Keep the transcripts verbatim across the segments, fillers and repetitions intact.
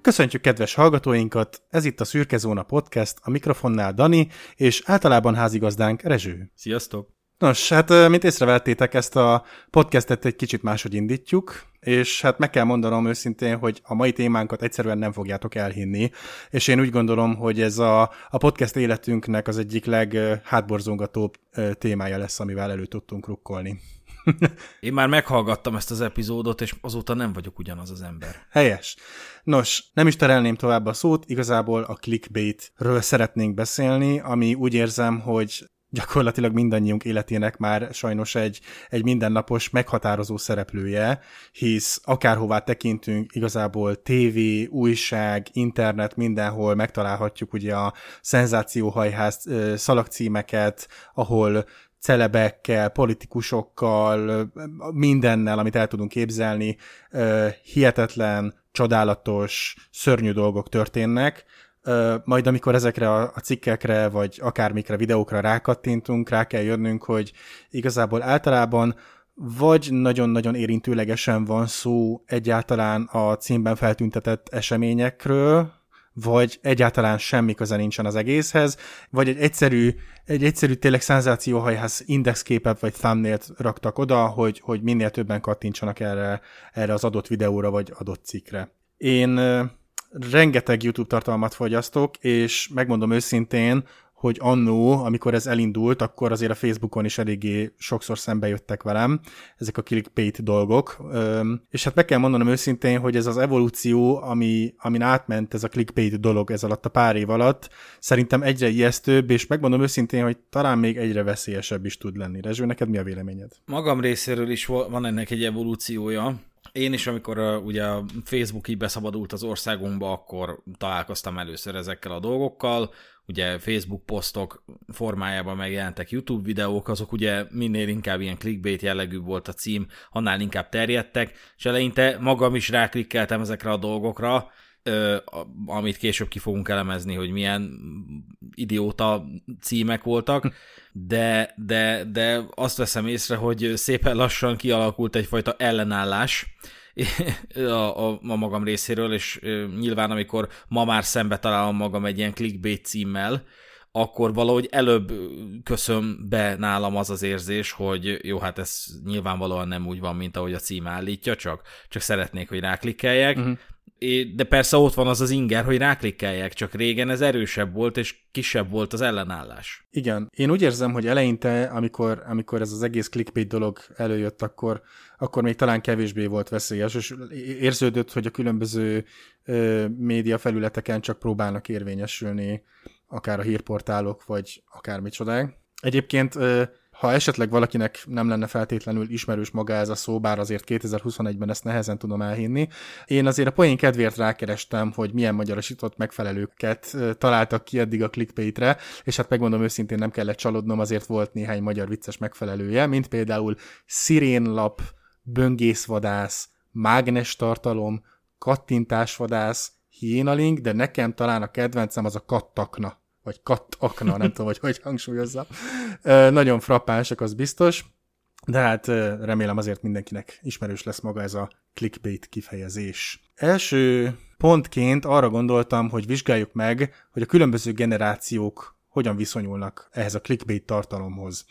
Köszöntjük kedves hallgatóinkat, ez itt a Szürke Zóna Podcast, a mikrofonnál Dani, és általában házigazdánk Rezső. Sziasztok! Nos, hát mint észrevettétek, ezt a podcastet egy kicsit máshogy indítjuk, és hát meg kell mondanom őszintén, hogy a mai témánkat egyszerűen nem fogjátok elhinni, és én úgy gondolom, hogy ez a, a podcast életünknek az egyik leghátborzongatóbb témája lesz, amivel elő tudtunk rukkolni. Én már meghallgattam ezt az epizódot, és azóta nem vagyok ugyanaz az ember. Helyes. Nos, nem is terelném tovább a szót, igazából a clickbaitről szeretnénk beszélni, ami úgy érzem, hogy gyakorlatilag mindannyiunk életének már sajnos egy, egy mindennapos meghatározó szereplője, hisz akárhová tekintünk, igazából tévé, újság, internet, mindenhol megtalálhatjuk ugye a szenzációhajház szalagcímeket, ahol celebekkel, politikusokkal, mindennel, amit el tudunk képzelni, hihetetlen, csodálatos, szörnyű dolgok történnek. Majd amikor ezekre a cikkekre, vagy akármikre, videókra rákattintunk, rá kell jönnünk, hogy igazából általában vagy nagyon-nagyon érintőlegesen van szó egyáltalán a címben feltüntetett eseményekről, vagy egyáltalán semmi köze nincsen az egészhez, vagy egy egyszerű, egy egyszerű tényleg szenzációhajház indexképet vagy thumbnailt raktak oda, hogy, hogy minél többen kattintsanak erre, erre az adott videóra vagy adott cikkre. Én rengeteg YouTube tartalmat fogyasztok, és megmondom őszintén, hogy annó, amikor ez elindult, akkor azért a Facebookon is eléggé sokszor szembe jöttek velem ezek a clickbait dolgok, és hát meg kell mondanom őszintén, hogy ez az evolúció, ami, amin átment ez a clickbait dolog ez alatt a pár év alatt, szerintem egyre ijesztőbb, és megmondom őszintén, hogy talán még egyre veszélyesebb is tud lenni. Rezső, neked mi a véleményed? Magam részéről is van ennek egy evolúciója. Én is, amikor uh, ugye a Facebook így beszabadult az országunkba, akkor találkoztam először ezekkel a dolgokkal. Ugye Facebook posztok formájában megjelentek YouTube videók, azok ugye minél inkább ilyen clickbait jellegű volt a cím, annál inkább terjedtek, és eleinte magam is ráklikkeltem ezekre a dolgokra, uh, amit később ki fogunk elemezni, hogy milyen idióta címek voltak, de, de, de azt veszem észre, hogy szépen lassan kialakult egyfajta ellenállás a, a, a magam részéről, és nyilván amikor ma már szembe találom magam egy ilyen clickbait címmel, akkor valahogy előbb köszön be nálam az az érzés, hogy jó, hát ez nyilvánvalóan nem úgy van, mint ahogy a cím állítja, csak, csak szeretnék, hogy ráklikkeljek. Uh-huh. De persze ott van az az inger, hogy ráklikkeljek, csak régen ez erősebb volt, és kisebb volt az ellenállás. Igen. Én úgy érzem, hogy eleinte, amikor, amikor ez az egész clickbait dolog előjött, akkor, akkor még talán kevésbé volt veszélyes, és érződött, hogy a különböző ö, média felületeken csak próbálnak érvényesülni, akár a hírportálok, vagy akármicsodák. Egyébként ö, ha esetleg valakinek nem lenne feltétlenül ismerős maga ez a szó, bár azért kétezer-huszonegyben ezt nehezen tudom elhinni, én azért a poén kedvéért rákerestem, hogy milyen magyarosított megfelelőket találtak ki eddig a clickbaitre, és hát megmondom őszintén, nem kellett csalódnom, azért volt néhány magyar vicces megfelelője, mint például szirénlap, böngészvadász, mágnestartalom, kattintásvadász, hiénalink, de nekem talán a kedvencem az a kattakna. vagy kattakna, nem tudom, hogy hogy hangsúlyozza. Nagyon frappánsak, az biztos, de hát remélem azért mindenkinek ismerős lesz maga ez a clickbait kifejezés. Első pontként arra gondoltam, hogy vizsgáljuk meg, hogy a különböző generációk hogyan viszonyulnak ehhez a clickbait tartalomhoz.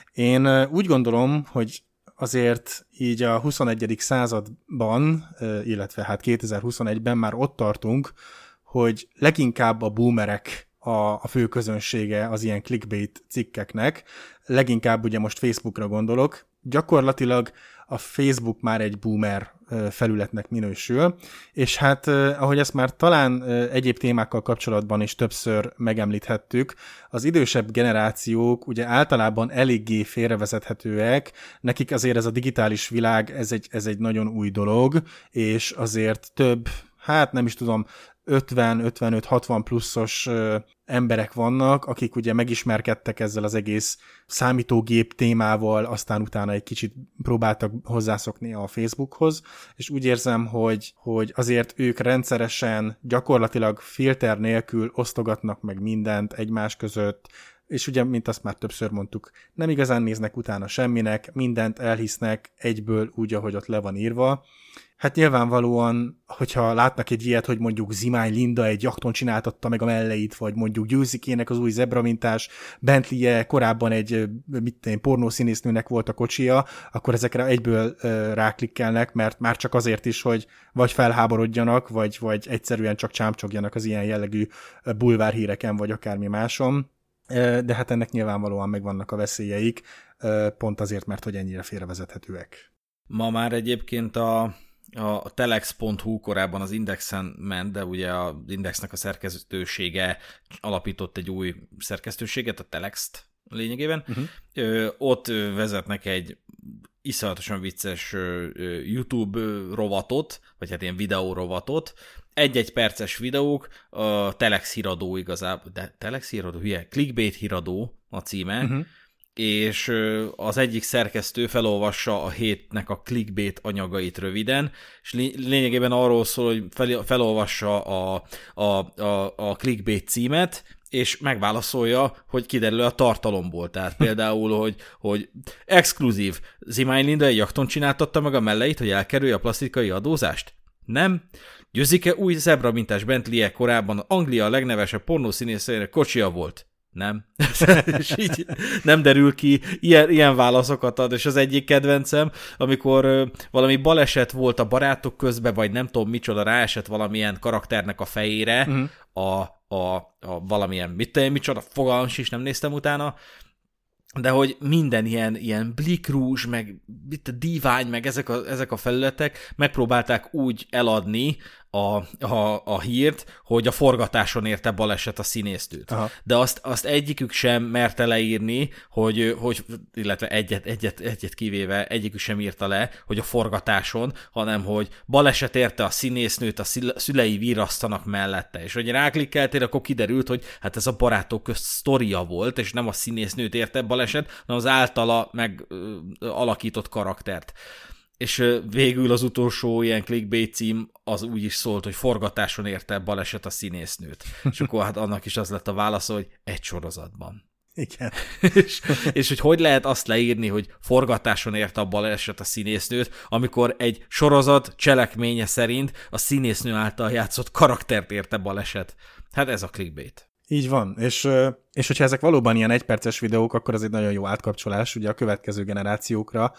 Én úgy gondolom, hogy azért így a huszonegyedik században, illetve hát kétezer-huszonegyben már ott tartunk, hogy leginkább a boomerek a, a fő közönsége az ilyen clickbait cikkeknek, leginkább ugye most Facebookra gondolok, gyakorlatilag a Facebook már egy boomer felületnek minősül, és hát ahogy ezt már talán egyéb témákkal kapcsolatban is többször megemlíthettük, az idősebb generációk ugye általában eléggé félrevezethetőek, nekik azért ez a digitális világ, ez egy, ez egy nagyon új dolog, és azért több, hát nem is tudom, ötven-ötvenöt-hatvan pluszos ö, emberek vannak, akik ugye megismerkedtek ezzel az egész számítógép témával, aztán utána egy kicsit próbáltak hozzászokni a Facebookhoz, és úgy érzem, hogy, hogy azért ők rendszeresen, gyakorlatilag filter nélkül osztogatnak meg mindent egymás között, és ugye, mint azt már többször mondtuk, nem igazán néznek utána semminek, mindent elhisznek egyből úgy, ahogy ott le van írva. Hát nyilvánvalóan, hogyha látnak egy ilyet, hogy mondjuk Zimány Linda egy jakton csináltatta meg a melleit, vagy mondjuk Győzikének az új zebramintás, Bentley-je korábban egy mit tudom, pornószínésznőnek volt a kocsia, akkor ezekre egyből uh, ráklikkelnek, mert már csak azért is, hogy vagy felháborodjanak, vagy, vagy egyszerűen csak csámcsogjanak az ilyen jellegű bulvárhíreken, vagy akármi máson. De hát ennek nyilvánvalóan megvannak a veszélyeik, pont azért, mert hogy ennyire félrevezethetőek. Ma már egyébként a A telex pont hu korábban az Indexen ment, de ugye az Indexnek a szerkesztősége alapított egy új szerkesztőséget, a Telext lényegében. Uh-huh. Ö, ott vezetnek egy iszonyatosan vicces YouTube rovatot, vagy hát ilyen videó rovatot. Egy-egy perces videók, a Telex híradó igazából, de Telex híradó, hülye, Clickbait híradó a címe, uh-huh. és az egyik szerkesztő felolvassa a hétnek a clickbait anyagait röviden, és lényegében arról szól, hogy fel, felolvassa a, a, a, a clickbait címet, és megválaszolja, hogy kiderül a tartalomból. Tehát például, hogy, hogy exkluzív, Zimány Linda egy jakton csináltatta meg a melleit, hogy elkerülje a plastikai adózást? Nem. Győzike új zebramintás Bentley-je korábban Anglia a legnevesebb pornószínészeinek kocsia volt? Nem. És így nem derül ki, ilyen, ilyen válaszokat ad, és az egyik kedvencem, amikor ö, valami baleset volt a barátok közben, vagy nem tudom micsoda, ráesett valamilyen karakternek a fejére, uh-huh. a, a, a valamilyen, mit tudom, micsoda, fogalmam is, nem néztem utána, de hogy minden ilyen, ilyen Blick Rouge, meg itt a Divány, meg ezek a, ezek a felületek megpróbálták úgy eladni a, a, a hírt, hogy a forgatáson érte baleset a színésznőt. Aha. De azt, azt egyikük sem merte leírni, hogy, hogy illetve egyet, egyet, egyet kivéve egyikük sem írta le, hogy a forgatáson, hanem hogy baleset érte a színésznőt, a szülei virrasztanak mellette. És hogy ráklikkeltél, akkor kiderült, hogy hát ez a barátok közt sztoria volt, és nem a színésznőt érte baleset, hanem az általa meg ö, alakított karaktert. És végül az utolsó ilyen clickbait cím az úgy is szólt, hogy forgatáson érte baleset a színésznőt. És akkor hát annak is az lett a válasz, hogy egy sorozatban. Igen. és, és hogy hogy lehet azt leírni, hogy forgatáson érte a baleset a színésznőt, amikor egy sorozat cselekménye szerint a színésznő által játszott karaktert érte baleset. Hát ez a clickbait. Így van, és, és hogyha ezek valóban ilyen egyperces videók, akkor az egy nagyon jó átkapcsolás ugye a következő generációkra,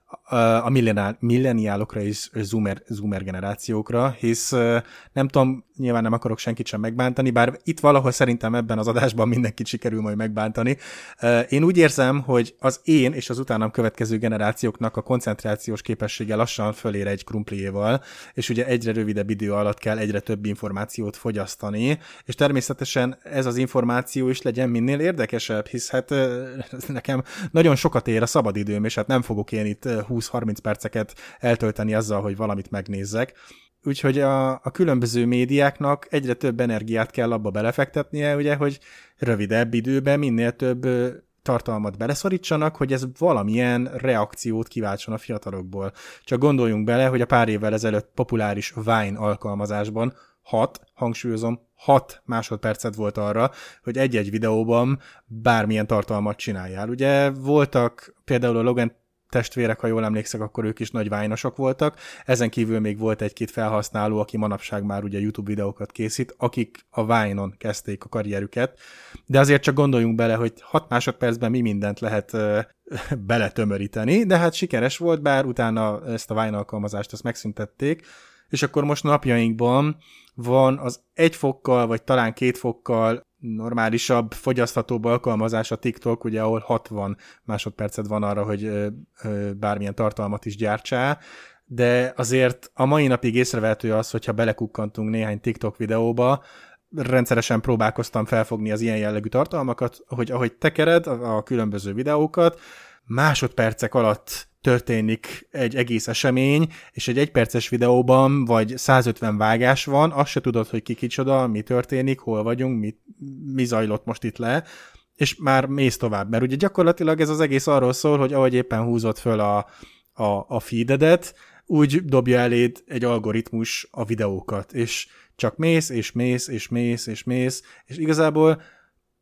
a milleniálokra és zoomer, zoomer generációkra, hisz nem tudom, nyilván nem akarok senkit sem megbántani, bár itt valahol szerintem ebben az adásban mindenkit sikerül majd megbántani. Én úgy érzem, hogy az én és az utánam következő generációknak a koncentrációs képessége lassan fölér egy krumpliéval, és ugye egyre rövidebb idő alatt kell egyre több információt fogyasztani, és természetesen ez az információ is legyen minél érdekesebb, hisz hát nekem nagyon sokat ér a szabadidőm, és hát nem fogok én itt húsz-harminc perceket eltölteni azzal, hogy valamit megnézzek. Úgyhogy a, a különböző médiáknak egyre több energiát kell abba belefektetnie, ugye, hogy rövidebb időben minél több tartalmat beleszorítsanak, hogy ez valamilyen reakciót kiváltson a fiatalokból. Csak gondoljunk bele, hogy a pár évvel ezelőtt populáris Vine alkalmazásban hat, hangsúlyozom, hat másodpercet volt arra, hogy egy-egy videóban bármilyen tartalmat csináljál. Ugye voltak például a Logan testvérek, ha jól emlékszek, akkor ők is nagy vájnosok voltak. Ezen kívül még volt egy-két felhasználó, aki manapság már ugye YouTube videókat készít, akik a Vine-on kezdték a karrierüket. De azért csak gondoljunk bele, hogy hat másodpercben mi mindent lehet uh, beletömöríteni, de hát sikeres volt, bár utána ezt a Vine alkalmazást ezt megszüntették, és akkor most napjainkban van az egy fokkal, vagy talán két fokkal normálisabb, fogyaszthatóbb alkalmazás a TikTok, ugye, ahol hatvan másodpercet van arra, hogy ö, ö, bármilyen tartalmat is gyártsál, de azért a mai napig észrevehető az, hogyha belekukkantunk néhány TikTok videóba, rendszeresen próbálkoztam felfogni az ilyen jellegű tartalmakat, hogy ahogy tekered a, a különböző videókat, másodpercek alatt történik egy egész esemény, és egy egyperces videóban vagy százötven vágás van, azt se tudod, hogy ki kicsoda, mi történik, hol vagyunk, mi, mi zajlott most itt le, és már mész tovább. Mert ugye gyakorlatilag ez az egész arról szól, hogy ahogy éppen húzod föl a, a, a feededet, úgy dobja eléd egy algoritmus a videókat, és csak mész, és mész, és mész, és mész, és igazából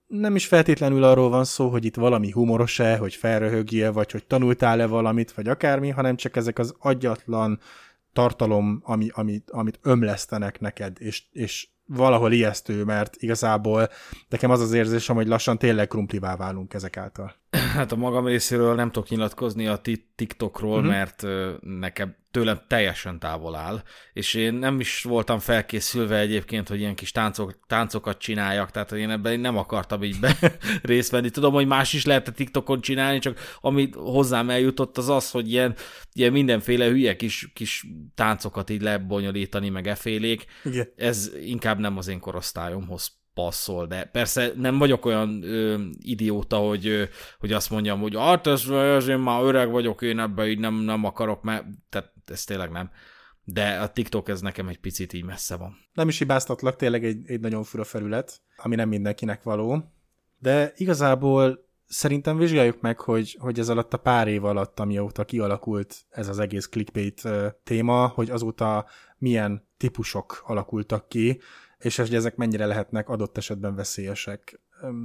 nem is feltétlenül arról van szó, hogy itt valami humoros-e, hogy felröhögjél, vagy hogy tanultál-e valamit, vagy akármi, hanem csak ezek az agyatlan tartalom, ami, amit, amit ömlesztenek neked, és, és valahol ijesztő, mert igazából nekem az az érzésem, hogy lassan tényleg krumplivá válunk ezek által. Hát a magam részéről nem tudok nyilatkozni a TikTokról, uh-huh. mert nekem tőlem teljesen távol áll, és én nem is voltam felkészülve egyébként, hogy ilyen kis táncok, táncokat csináljak, tehát én ebben nem akartam így be részt venni. Tudom, hogy más is lehet a TikTokon csinálni, csak amit hozzám eljutott az az, hogy ilyen, ilyen mindenféle hülye kis, kis táncokat így lebonyolítani, meg efélék. Igen. Ez inkább nem az én korosztályomhoz passzol, de persze nem vagyok olyan ö, idióta, hogy, ö, hogy azt mondjam, hogy hát ez, ez én már öreg vagyok, én ebben így nem, nem akarok, mert tehát ez tényleg nem. De a TikTok ez nekem egy picit így messze van. Nem is hibáztatlak, tényleg egy, egy nagyon fura felület, ami nem mindenkinek való, de igazából szerintem vizsgáljuk meg, hogy, hogy ez alatt a pár év alatt, amióta kialakult ez az egész clickbait téma, hogy azóta milyen típusok alakultak ki, és hogy ezek mennyire lehetnek adott esetben veszélyesek.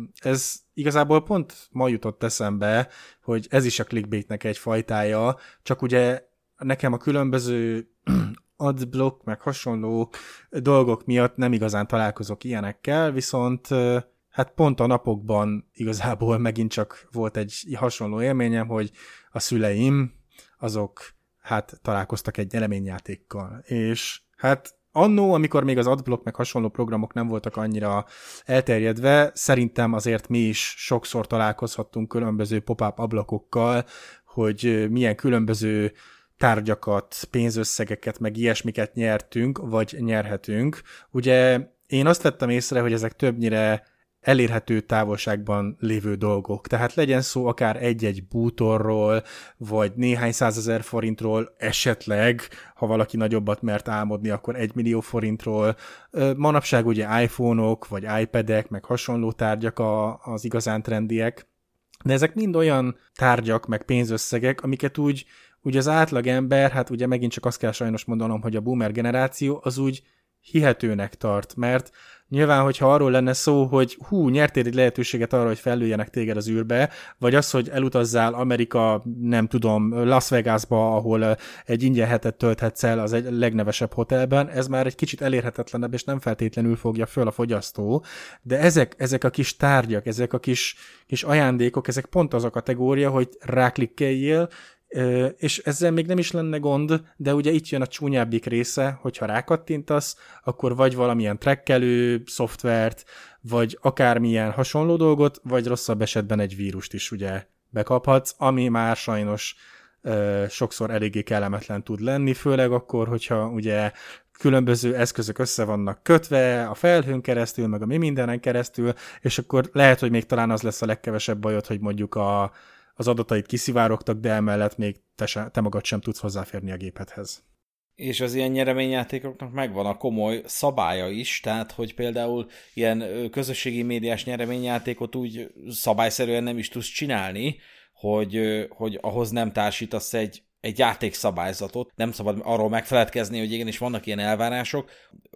Ez igazából pont ma jutott eszembe, hogy ez is a clickbaitnek egy fajtája, csak ugye nekem a különböző adblock, meg hasonló dolgok miatt nem igazán találkozok ilyenekkel, viszont hát pont a napokban igazából megint csak volt egy hasonló élményem, hogy a szüleim, azok hát találkoztak egy nyereményjátékkal, és hát annó, amikor még az adblock meg hasonló programok nem voltak annyira elterjedve, szerintem azért mi is sokszor találkozhattunk különböző pop-up ablakokkal, hogy milyen különböző tárgyakat, pénzösszegeket, meg ilyesmiket nyertünk, vagy nyerhetünk. Ugye én azt vettem észre, hogy ezek többnyire elérhető távolságban lévő dolgok. Tehát legyen szó akár egy-egy bútorról, vagy néhány százezer forintról, esetleg, ha valaki nagyobbat mert álmodni, akkor egy millió forintról. Manapság ugye iPhone-ok, vagy iPad-ek, meg hasonló tárgyak a, az igazán trendiek. De ezek mind olyan tárgyak, meg pénzösszegek, amiket úgy, úgy az átlagember, hát ugye megint csak azt kell sajnos mondanom, hogy a boomer generáció az úgy hihetőnek tart, mert nyilván, hogyha arról lenne szó, hogy hú, nyertél egy lehetőséget arra, hogy fellőjenek téged az űrbe, vagy az, hogy elutazzál Amerika, nem tudom, Las Vegasba, ahol egy ingyen hetet tölthetsz el az egy legnevesebb hotelben, ez már egy kicsit elérhetetlenebb, és nem feltétlenül fogja föl a fogyasztó, de ezek, ezek a kis tárgyak, ezek a kis, kis ajándékok, ezek pont az a kategória, hogy ráklikkeljél, és ezzel még nem is lenne gond, de ugye itt jön a csúnyábbik része, hogyha rákattintasz, akkor vagy valamilyen trackelő szoftvert, vagy akármilyen hasonló dolgot, vagy rosszabb esetben egy vírust is ugye bekaphatsz, ami már sajnos sokszor eléggé kellemetlen tud lenni, főleg akkor, hogyha ugye különböző eszközök össze vannak kötve a felhőn keresztül, meg a mi mindenen keresztül, és akkor lehet, hogy még talán az lesz a legkevesebb bajod, hogy mondjuk a az adatait kiszivárogtak, de emellett még te, se, te magad sem tudsz hozzáférni a gépedhez. És az ilyen nyereményjátékoknak megvan a komoly szabálya is, tehát hogy például ilyen közösségi médiás nyereményjátékot úgy szabályszerűen nem is tudsz csinálni, hogy, hogy ahhoz nem társítasz egy, egy játékszabályzatot. Nem szabad arról megfeledkezni, hogy igenis vannak ilyen elvárások.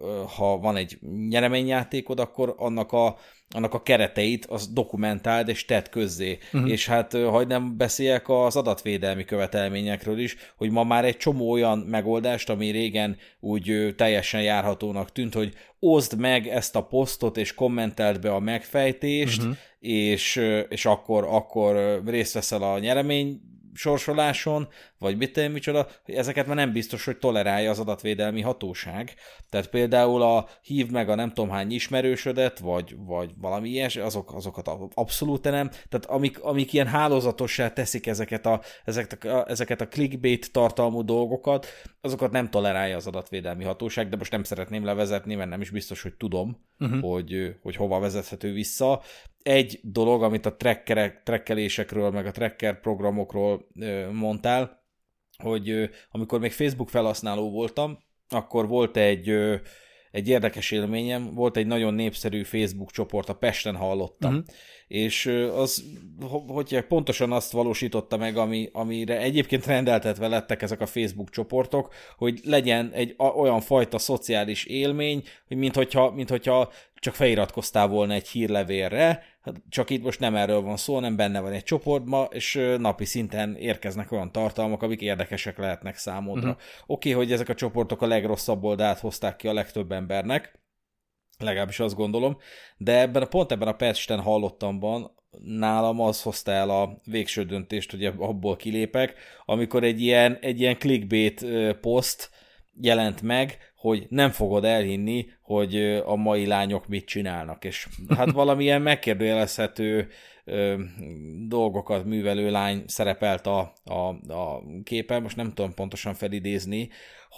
Ha van egy nyereményjátékod, akkor annak a annak a kereteit az dokumentáld és tedd közzé. Uh-huh. És hát hagyd nem beszéljek az adatvédelmi követelményekről is, hogy ma már egy csomó olyan megoldást, ami régen úgy teljesen járhatónak tűnt, hogy oszd meg ezt a posztot és kommenteld be a megfejtést, uh-huh. és, és akkor, akkor részt veszel a nyeremény sorsoláson, vagy mit tenni, micsoda, hogy ezeket már nem biztos, hogy tolerálja az adatvédelmi hatóság. Tehát például a hívd meg a nem tudom hány ismerősödet, vagy, vagy valami ilyes, azok, azokat abszolút nem. Tehát amik, amik ilyen hálózatossá teszik ezeket a, ezeket, a, ezeket a clickbait tartalmú dolgokat, azokat nem tolerálja az adatvédelmi hatóság, de most nem szeretném levezetni, mert nem is biztos, hogy tudom, uh-huh. hogy, hogy hova vezethető vissza. Egy dolog, amit a trackerek, trackelésekről, meg a tracker programokról mondtál, hogy amikor még Facebook felhasználó voltam, akkor volt egy, egy érdekes élményem, volt egy nagyon népszerű Facebook csoport, a Pesten hallottam, uh-huh. és az, hogy pontosan azt valósította meg, ami, amire egyébként rendeltetve lettek ezek a Facebook csoportok, hogy legyen egy olyan fajta szociális élmény, hogy minthogyha, minthogyha csak feliratkoztál volna egy hírlevélre, csak itt most nem erről van szó, hanem benne van egy csoportban, és napi szinten érkeznek olyan tartalmak, amik érdekesek lehetnek számodra. Uh-huh. Oké, okay, hogy ezek a csoportok a legrosszabb oldalt hozták ki a legtöbb embernek, legalábbis azt gondolom, de ebben, pont ebben a patchen hallottamban nálam az hozta el a végső döntést, hogy abból kilépek, amikor egy ilyen, egy ilyen clickbait poszt jelent meg, hogy nem fogod elhinni, hogy a mai lányok mit csinálnak, és hát valamilyen megkérdőjelezhető ö, dolgokat művelő lány szerepelt a, a, a képen, most nem tudom pontosan felidézni,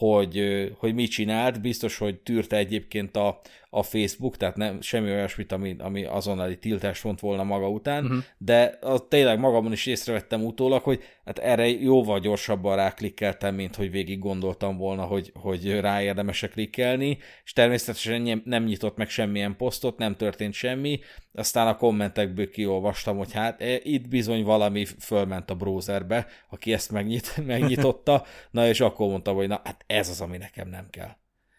hogy, hogy mit csinált, biztos, hogy tűrte egyébként a, a Facebook, tehát nem, semmi olyasmit, ami, ami azonnali tiltást vont volna maga után, uh-huh. de az, tényleg magamon is észrevettem utólag, hogy hát erre jóval gyorsabban ráklikkeltem, mint hogy végig gondoltam volna, hogy, hogy rá érdemes klikkelni, és természetesen nem nyitott meg semmilyen posztot, nem történt semmi, aztán a kommentekből kiolvastam, hogy hát itt bizony valami fölment a browserbe, aki ezt megnyit, megnyitotta, na és akkor mondta, hogy na hát ez az, ami nekem nem kell.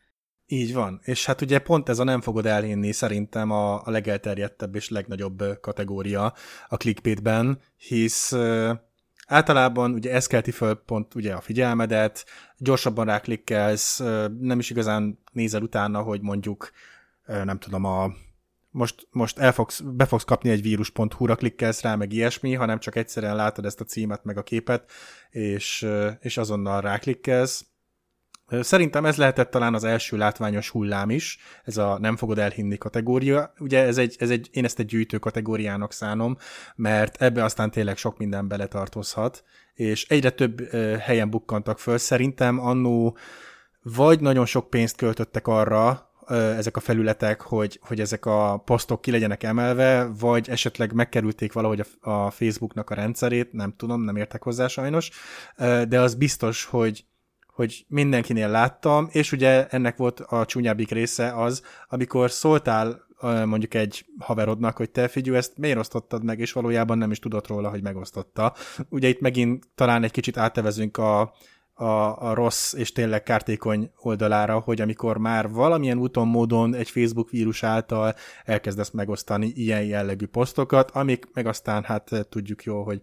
Így van, és hát ugye pont ez a nem fogod elhinni szerintem a, a legelterjedtebb és legnagyobb kategória a clickbaitben, hisz uh, általában ugye ez kelti föl pont ugye a figyelmedet, gyorsabban ráklikkelsz, uh, nem is igazán nézel utána, hogy mondjuk uh, nem tudom, a most, most el fogsz, be fogsz kapni egy vírus pont hu-ra klikkelsz rá, meg ilyesmi, hanem csak egyszerűen látod ezt a címet, meg a képet, és, uh, és azonnal ráklikkelsz. Szerintem ez lehetett talán az első látványos hullám is, ez a nem fogod elhinni kategória. Ugye ez egy, ez egy, én ezt egy gyűjtő kategóriának szánom, mert ebbe aztán tényleg sok minden beletartozhat, és egyre több helyen bukkantak föl. Szerintem annó vagy nagyon sok pénzt költöttek arra, ezek a felületek, hogy, hogy ezek a posztok ki legyenek emelve, vagy esetleg megkerülték valahogy a, a Facebooknak a rendszerét, nem tudom, nem értek hozzá sajnos, de az biztos, hogy hogy mindenkinél láttam, és ugye ennek volt a csúnyábbik része az, amikor szóltál mondjuk egy haverodnak, hogy te figyelj, ezt miért osztottad meg, és valójában nem is tudott róla, hogy megosztotta. Ugye itt megint talán egy kicsit átevezünk a, a, a rossz és tényleg kártékony oldalára, hogy amikor már valamilyen úton, módon egy Facebook vírus által elkezdesz megosztani ilyen jellegű posztokat, amik meg aztán hát tudjuk jól, hogy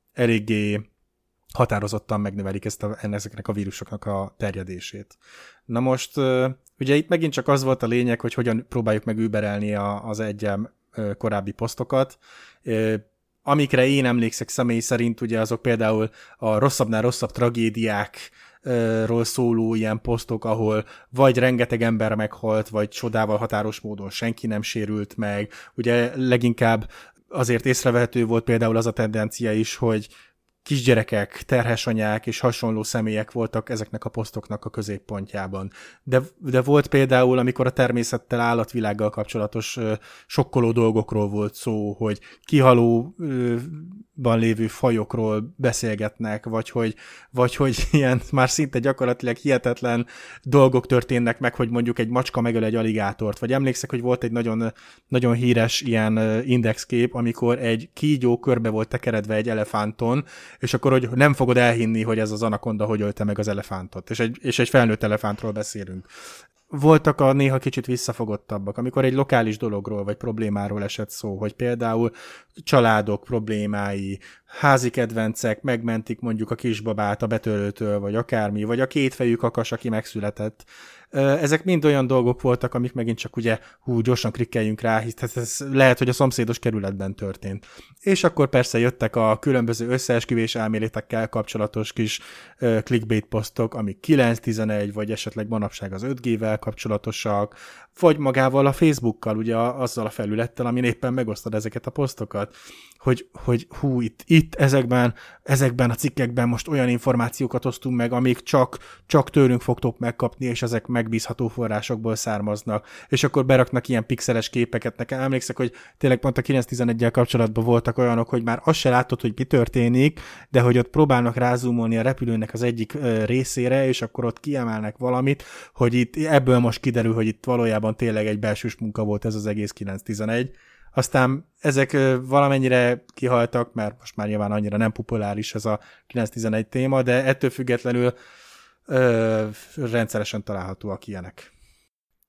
eléggé határozottan megnövelik ezt a, ezeknek a vírusoknak a terjedését. Na most ugye itt megint csak az volt a lényeg, hogy hogyan próbáljuk meg überelni a, az egyel korábbi posztokat. Amikre én emlékszek személy szerint, ugye azok például a rosszabbnál rosszabb tragédiákról szóló ilyen posztok, ahol vagy rengeteg ember meghalt, vagy csodával határos módon senki nem sérült meg. Ugye leginkább azért észrevehető volt például az a tendencia is, hogy kisgyerekek, terhes anyák és hasonló személyek voltak ezeknek a posztoknak a középpontjában. De, de volt például, amikor a természettel, állatvilággal kapcsolatos ö, sokkoló dolgokról volt szó, hogy kihalóban lévő fajokról beszélgetnek, vagy hogy, vagy hogy ilyen már szinte gyakorlatilag hihetetlen dolgok történnek meg, hogy mondjuk egy macska megöl egy aligátort. Vagy emlékszek, hogy volt egy nagyon, nagyon híres ilyen indexkép, amikor egy kígyó körbe volt tekeredve egy elefánton, és akkor, hogy nem fogod elhinni, hogy ez az anakonda hogy ölte meg az elefántot. És egy, és egy felnőtt elefántról beszélünk. Voltak a néha kicsit visszafogottabbak, amikor egy lokális dologról vagy problémáról esett szó, hogy például családok problémái, házi kedvencek megmentik mondjuk a kisbabát a betörőtől, vagy akármi, vagy a kétfejű kakas, aki megszületett. Ezek mind olyan dolgok voltak, amik megint csak ugye, hú, gyorsan klikkeljünk rá, hisz ez lehet, hogy a szomszédos kerületben történt. És akkor persze jöttek a különböző összeesküvés elméletekkel kapcsolatos kis uh, clickbait posztok, amik kilenc tizenegy, vagy esetleg manapság az öt G-vel kapcsolatosak, vagy magával a Facebookkal, ugye azzal a felülettel, amin éppen megosztod ezeket a posztokat, hogy, hogy hú, itt, itt ezekben, ezekben a cikkekben most olyan információkat osztunk meg, amik csak, csak tőlünk fogtok megkapni, és ezek megbízható forrásokból származnak. És akkor beraknak ilyen pixeles képeket. Nekem emlékszek, hogy tényleg pont a kilenc tizeneggyel kapcsolatban voltak olyanok, hogy már azt se látod, hogy mi történik, de hogy ott próbálnak rázumolni a repülőnek az egyik részére, és akkor ott kiemelnek valamit, hogy itt ebből most kiderül, hogy itt valójában tényleg egy belsős munka volt ez az egész kilenc tizenegy. Aztán ezek valamennyire kihaltak, mert most már nyilván annyira nem populáris ez a kilenc tizenegy téma, de ettől függetlenül ö, rendszeresen találhatóak ilyenek.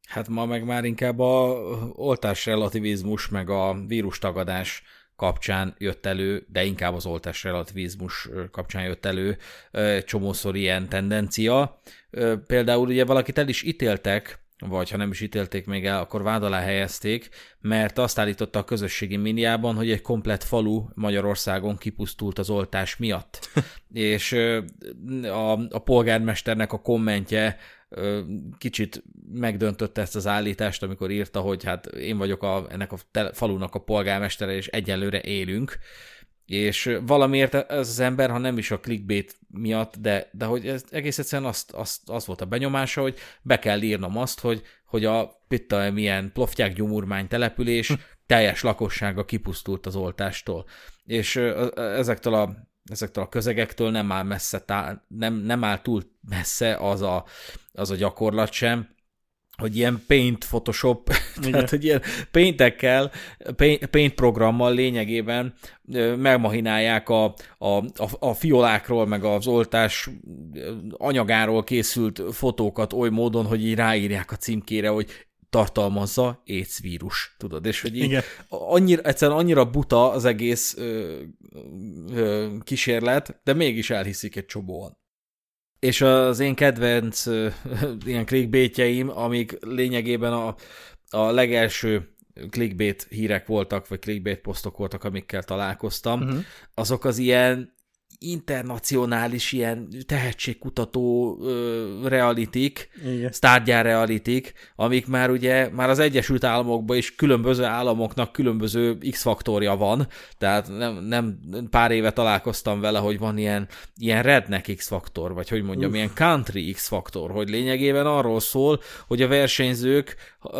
Hát ma meg már inkább a oltásrelativizmus meg a vírustagadás kapcsán jött elő, de inkább az oltásrelativizmus kapcsán jött elő csomószor ilyen tendencia. Például ugye valakit el is ítéltek, vagy ha nem is ítélték még el, akkor vád alá helyezték, mert azt állította a közösségi médiában, hogy egy komplett falu Magyarországon kipusztult az oltás miatt. És a, a polgármesternek a kommentje kicsit megdöntötte ezt az állítást, amikor írta, hogy hát én vagyok a, ennek a falunak a polgármestere, és egyelőre élünk. És valamiért ez az ember, ha nem is a clickbait miatt, de, de hogy ez egész egyszerűen azt, azt, az volt a benyomása, hogy be kell írnom azt, hogy, hogy a pitta milyen ploftyák gyomurmány település teljes lakossága kipusztult az oltástól. És ezektől a, ezektől a közegektől nem áll messze, tá, nem, nem áll túl messze az a, az a gyakorlat sem, hogy ilyen Paint Photoshop, igen. Tehát hogy ilyen paintekkel, paint, paint programmal lényegében megmahinálják a, a, a, a fiolákról, meg az oltás anyagáról készült fotókat oly módon, hogy így ráírják a címkére, hogy tartalmazza AIDS vírus, tudod, és hogy így annyira, egyszerűen annyira buta az egész ö, ö, kísérlet, de mégis elhiszik egy csomóan. És az én kedvenc uh, ilyen clickbaitjeim, amik lényegében a, a legelső clickbait hírek voltak, vagy clickbait posztok voltak, amikkel találkoztam, uh-huh. azok az ilyen internacionális, ilyen tehetségkutató uh, realitik, sztárgyár realitik, amik már ugye, már az Egyesült Államokban is különböző államoknak különböző X-faktorja van, tehát nem, nem pár éve találkoztam vele, hogy van ilyen, ilyen redneck X-faktor, vagy hogy mondjam, uh. ilyen country X-faktor, hogy lényegében arról szól, hogy a versenyzők, uh,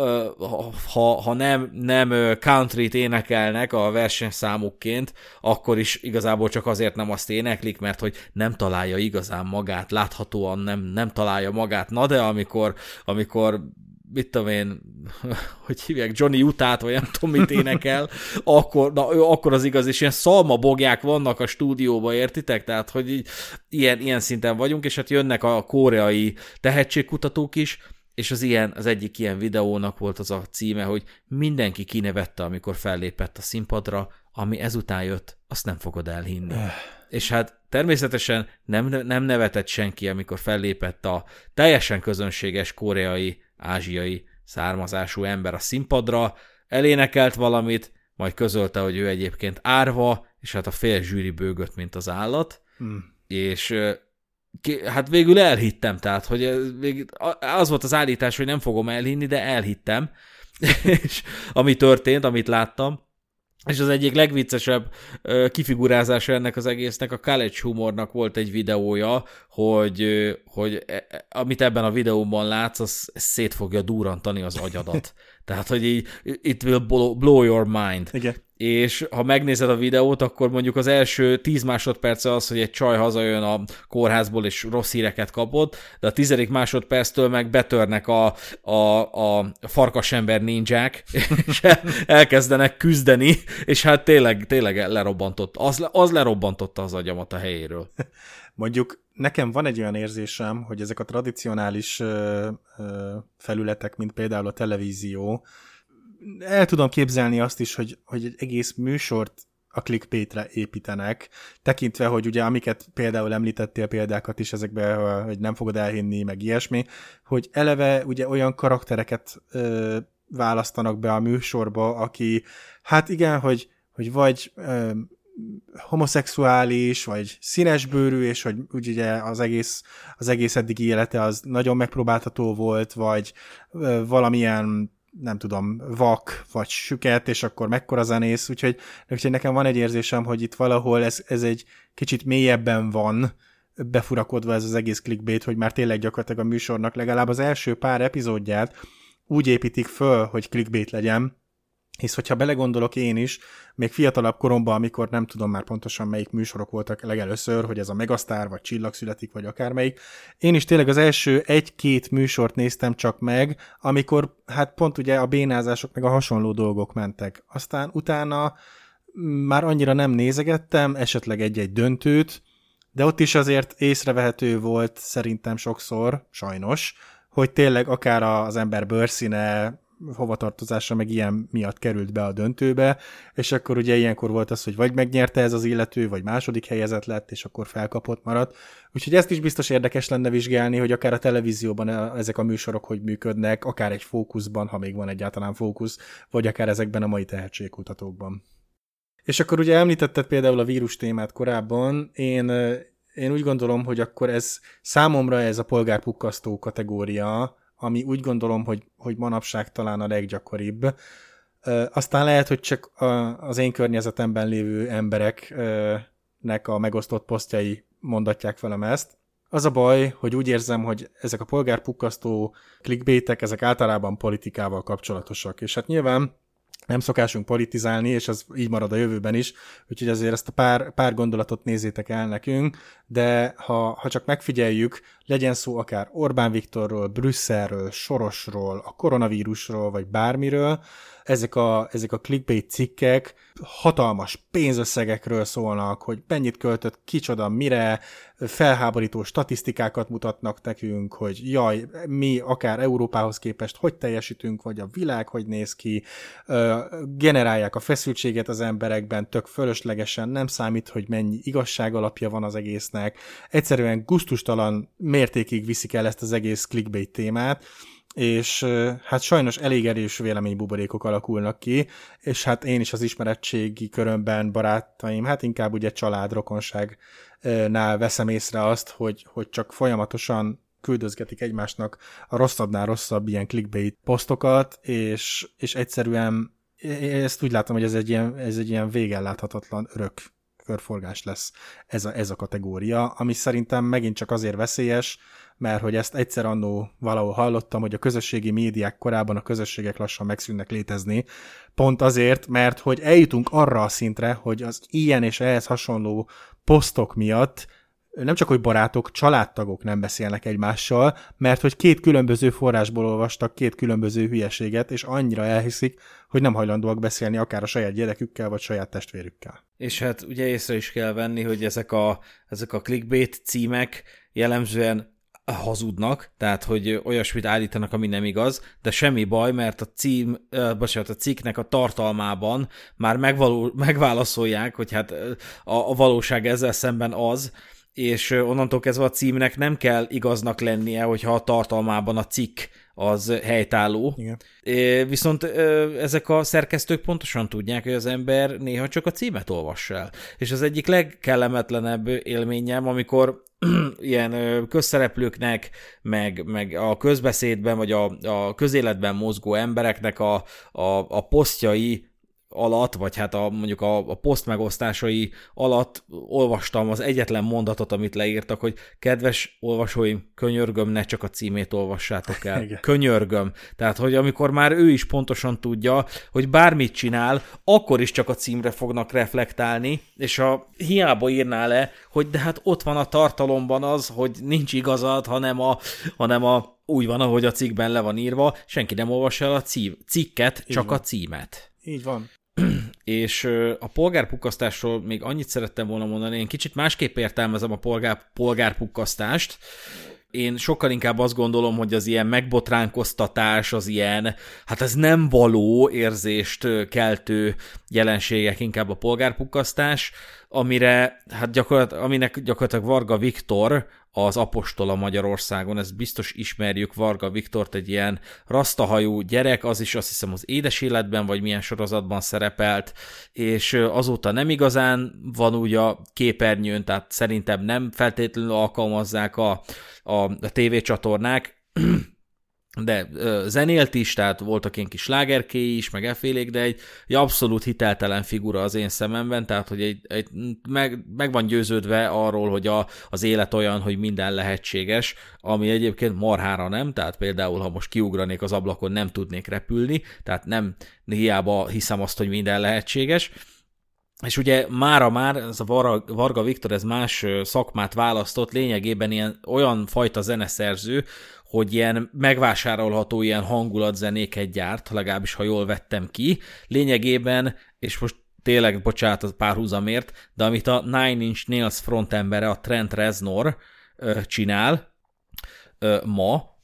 ha, ha nem, nem countryt énekelnek a versenyszámukként, akkor is igazából csak azért nem azt énekelnek, mert hogy nem találja igazán magát, láthatóan nem, nem találja magát. Na de amikor, amikor mit tudom én, hogy hívják, Johnny Utah-t, vagy nem tudom mit énekel, akkor, na, ő akkor az igaz, és ilyen szalmabogják vannak a stúdióban, értitek? Tehát, hogy így, ilyen, ilyen szinten vagyunk, és hát jönnek a koreai tehetségkutatók is, és az, ilyen, az egyik ilyen videónak volt az a címe, hogy mindenki kinevette, amikor fellépett a színpadra, ami ezután jött, azt nem fogod elhinni. És hát természetesen nem, nem nevetett senki, amikor fellépett a teljesen közönséges koreai, ázsiai származású ember a színpadra, elénekelt valamit, majd közölte, hogy ő egyébként árva, és hát a fél zsűri bőgött, mint az állat, hmm. és hát végül elhittem, tehát, hogy az volt az állítás, hogy nem fogom elhinni, de elhittem, és ami történt, amit láttam, és az egyik legviccesebb uh, kifigurázása ennek az egésznek a College Humornak volt egy videója, hogy, uh, hogy e, amit ebben a videóban látsz, az szét fogja durrantani az agyadat. Tehát, hogy így, it will blow your mind. Igen. És ha megnézed a videót, akkor mondjuk az első tíz másodperce az, hogy egy csaj hazajön a kórházból, és rossz híreket kapott, de a tizedik másodperctől meg betörnek a, a, a farkasember ninják, és elkezdenek küzdeni, és hát tényleg, tényleg lerobbantott. Az, az lerobbantotta az agyamat a helyéről. Mondjuk nekem van egy olyan érzésem, hogy ezek a tradicionális ö, ö, felületek, mint például a televízió, el tudom képzelni azt is, hogy, hogy egy egész műsort a clickbaitre építenek, tekintve, hogy ugye amiket például említettél példákat is ezekbe, hogy nem fogod elhinni, meg ilyesmi, hogy eleve ugye olyan karaktereket ö, választanak be a műsorba, aki hát igen, hogy, hogy vagy ö, homoszexuális, vagy színesbőrű, és hogy úgy ugye az egész, az egész eddigi élete az nagyon megpróbáltató volt, vagy ö, valamilyen nem tudom, vak, vagy süket, és akkor mekkora zenész, úgyhogy, úgyhogy nekem van egy érzésem, hogy itt valahol ez, ez egy kicsit mélyebben van befurakodva ez az egész clickbait, hogy már tényleg gyakorlatilag a műsornak legalább az első pár epizódját úgy építik föl, hogy clickbait legyen, hisz hogyha belegondolok én is, még fiatalabb koromban, amikor nem tudom már pontosan melyik műsorok voltak legelőször, hogy ez a Megasztár, vagy Csillag születik, vagy akármelyik, én is tényleg az első egy-két műsort néztem csak meg, amikor hát pont ugye a bénázások meg a hasonló dolgok mentek. Aztán utána már annyira nem nézegettem, esetleg egy-egy döntőt, de ott is azért észrevehető volt szerintem sokszor, sajnos, hogy tényleg akár az ember bőrszíne, hovatartozása meg ilyen miatt került be a döntőbe, és akkor ugye ilyenkor volt az, hogy vagy megnyerte ez az illető, vagy második helyezett lett, és akkor felkapott maradt. Úgyhogy ezt is biztos érdekes lenne vizsgálni, hogy akár a televízióban ezek a műsorok hogy működnek, akár egy fókuszban, ha még van egyáltalán fókusz, vagy akár ezekben a mai tehetségkutatókban. És akkor ugye említetted például a vírus témát korábban, én, én úgy gondolom, hogy akkor ez számomra ez a polgárpukkasztó kategória, ami úgy gondolom, hogy, hogy manapság talán a leggyakoribb. Aztán lehet, hogy csak az én környezetemben lévő embereknek a megosztott posztjai mondatják velem ezt. Az a baj, hogy úgy érzem, hogy ezek a polgárpukkasztó clickbaitek, ezek általában politikával kapcsolatosak. És hát nyilván nem szokásunk politizálni, és ez így marad a jövőben is, úgyhogy azért ezt a pár, pár gondolatot nézzétek el nekünk, de ha, ha csak megfigyeljük, legyen szó akár Orbán Viktorról, Brüsszelről, Sorosról, a koronavírusról, vagy bármiről, ezek a, ezek a clickbait cikkek hatalmas pénzösszegekről szólnak, hogy mennyit költött, kicsoda, mire, felháborító statisztikákat mutatnak nekünk, hogy jaj, mi akár Európához képest hogy teljesítünk, vagy a világ hogy néz ki, generálják a feszültséget az emberekben, tök fölöslegesen, nem számít, hogy mennyi igazság alapja van az egésznek, egyszerűen gusztustalan mértékig viszik el ezt az egész clickbait témát, és hát sajnos elég erős véleménybuborékok alakulnak ki, és hát én is az ismeretségi körömben, barátaim, hát inkább ugye család, rokonságnál veszem észre azt, hogy, hogy csak folyamatosan küldözgetik egymásnak a rosszabbnál rosszabb ilyen clickbait posztokat, és, és egyszerűen ezt úgy látom, hogy ez egy ilyen, ez egy ilyen végelláthatatlan örök körforgás lesz ez a, ez a kategória, ami szerintem megint csak azért veszélyes, mert hogy ezt egyszer annó valahol hallottam, hogy a közösségi médiák korában a közösségek lassan megszűnnek létezni, pont azért, mert hogy eljutunk arra a szintre, hogy az ilyen és ehhez hasonló posztok miatt nem csak hogy barátok, családtagok nem beszélnek egymással, mert hogy két különböző forrásból olvastak két különböző hülyeséget, és annyira elhiszik, hogy nem hajlandóak beszélni akár a saját gyerekükkel, vagy saját testvérükkel. És hát ugye észre is kell venni, hogy ezek a, ezek a clickbait címek jellemzően hazudnak, tehát hogy olyasmit állítanak, ami nem igaz, de semmi baj, mert a cím, uh, bocsánat, a cikknek a tartalmában már megvaló, megválaszolják, hogy hát a, a valóság ezzel szemben az, és onnantól kezdve a címnek nem kell igaznak lennie, hogyha a tartalmában a cikk az helytálló. Igen. Viszont ezek a szerkesztők pontosan tudják, hogy az ember néha csak a címet olvass el. És az egyik legkellemetlenebb élményem, amikor ilyen közszereplőknek, meg, meg a közbeszédben, vagy a, a közéletben mozgó embereknek a, a, a posztjai alatt, vagy hát a, mondjuk a, a poszt megosztásai alatt olvastam az egyetlen mondatot, amit leírtak, hogy kedves olvasóim, könyörgöm, ne csak a címét olvassátok el. Igen. Könyörgöm. Tehát, hogy amikor már ő is pontosan tudja, hogy bármit csinál, akkor is csak a címre fognak reflektálni, és a hiába írná le, hogy de hát ott van a tartalomban az, hogy nincs igazad, hanem a, hanem a úgy van, ahogy a cikkben le van írva, senki nem olvassa el a cím, cikket, csak a címet. Így van. És a polgárpukkasztásról még annyit szerettem volna mondani, én kicsit másképp értelmezem a polgár, polgárpukkasztást. Én sokkal inkább azt gondolom, hogy az ilyen megbotránkoztatás, az ilyen, hát ez nem való érzést keltő jelenségek inkább a polgárpukkasztás, amire, hát gyakorlatilag, aminek gyakorlatilag Varga Viktor az apostola Magyarországon, ezt biztos ismerjük, Varga Viktort, egy ilyen rasztahajú gyerek, az is azt hiszem az Édes életben, vagy milyen sorozatban szerepelt, és azóta nem igazán van úgy a képernyőn, tehát szerintem nem feltétlenül alkalmazzák a, a, a tévécsatornák, de ö, zenélt is, tehát voltak ilyen kis slágerkéi is, meg effélék, de egy, egy abszolút hiteltelen figura az én szememben, tehát hogy egy, egy, meg, meg van győződve arról, hogy a, az élet olyan, hogy minden lehetséges, ami egyébként marhára nem, tehát például, ha most kiugranék az ablakon, nem tudnék repülni, tehát nem hiába hiszem azt, hogy minden lehetséges. És ugye mára már ez a Varga, Varga Viktor ez más szakmát választott, lényegében ilyen olyan fajta zeneszerző, hogy ilyen megvásárolható ilyen hangulatzenéket gyárt, legalábbis ha jól vettem ki. Lényegében, és most tényleg, bocsánat a párhuzamért, de amit a Nine Inch Nails frontembere, a Trent Reznor csinál ma,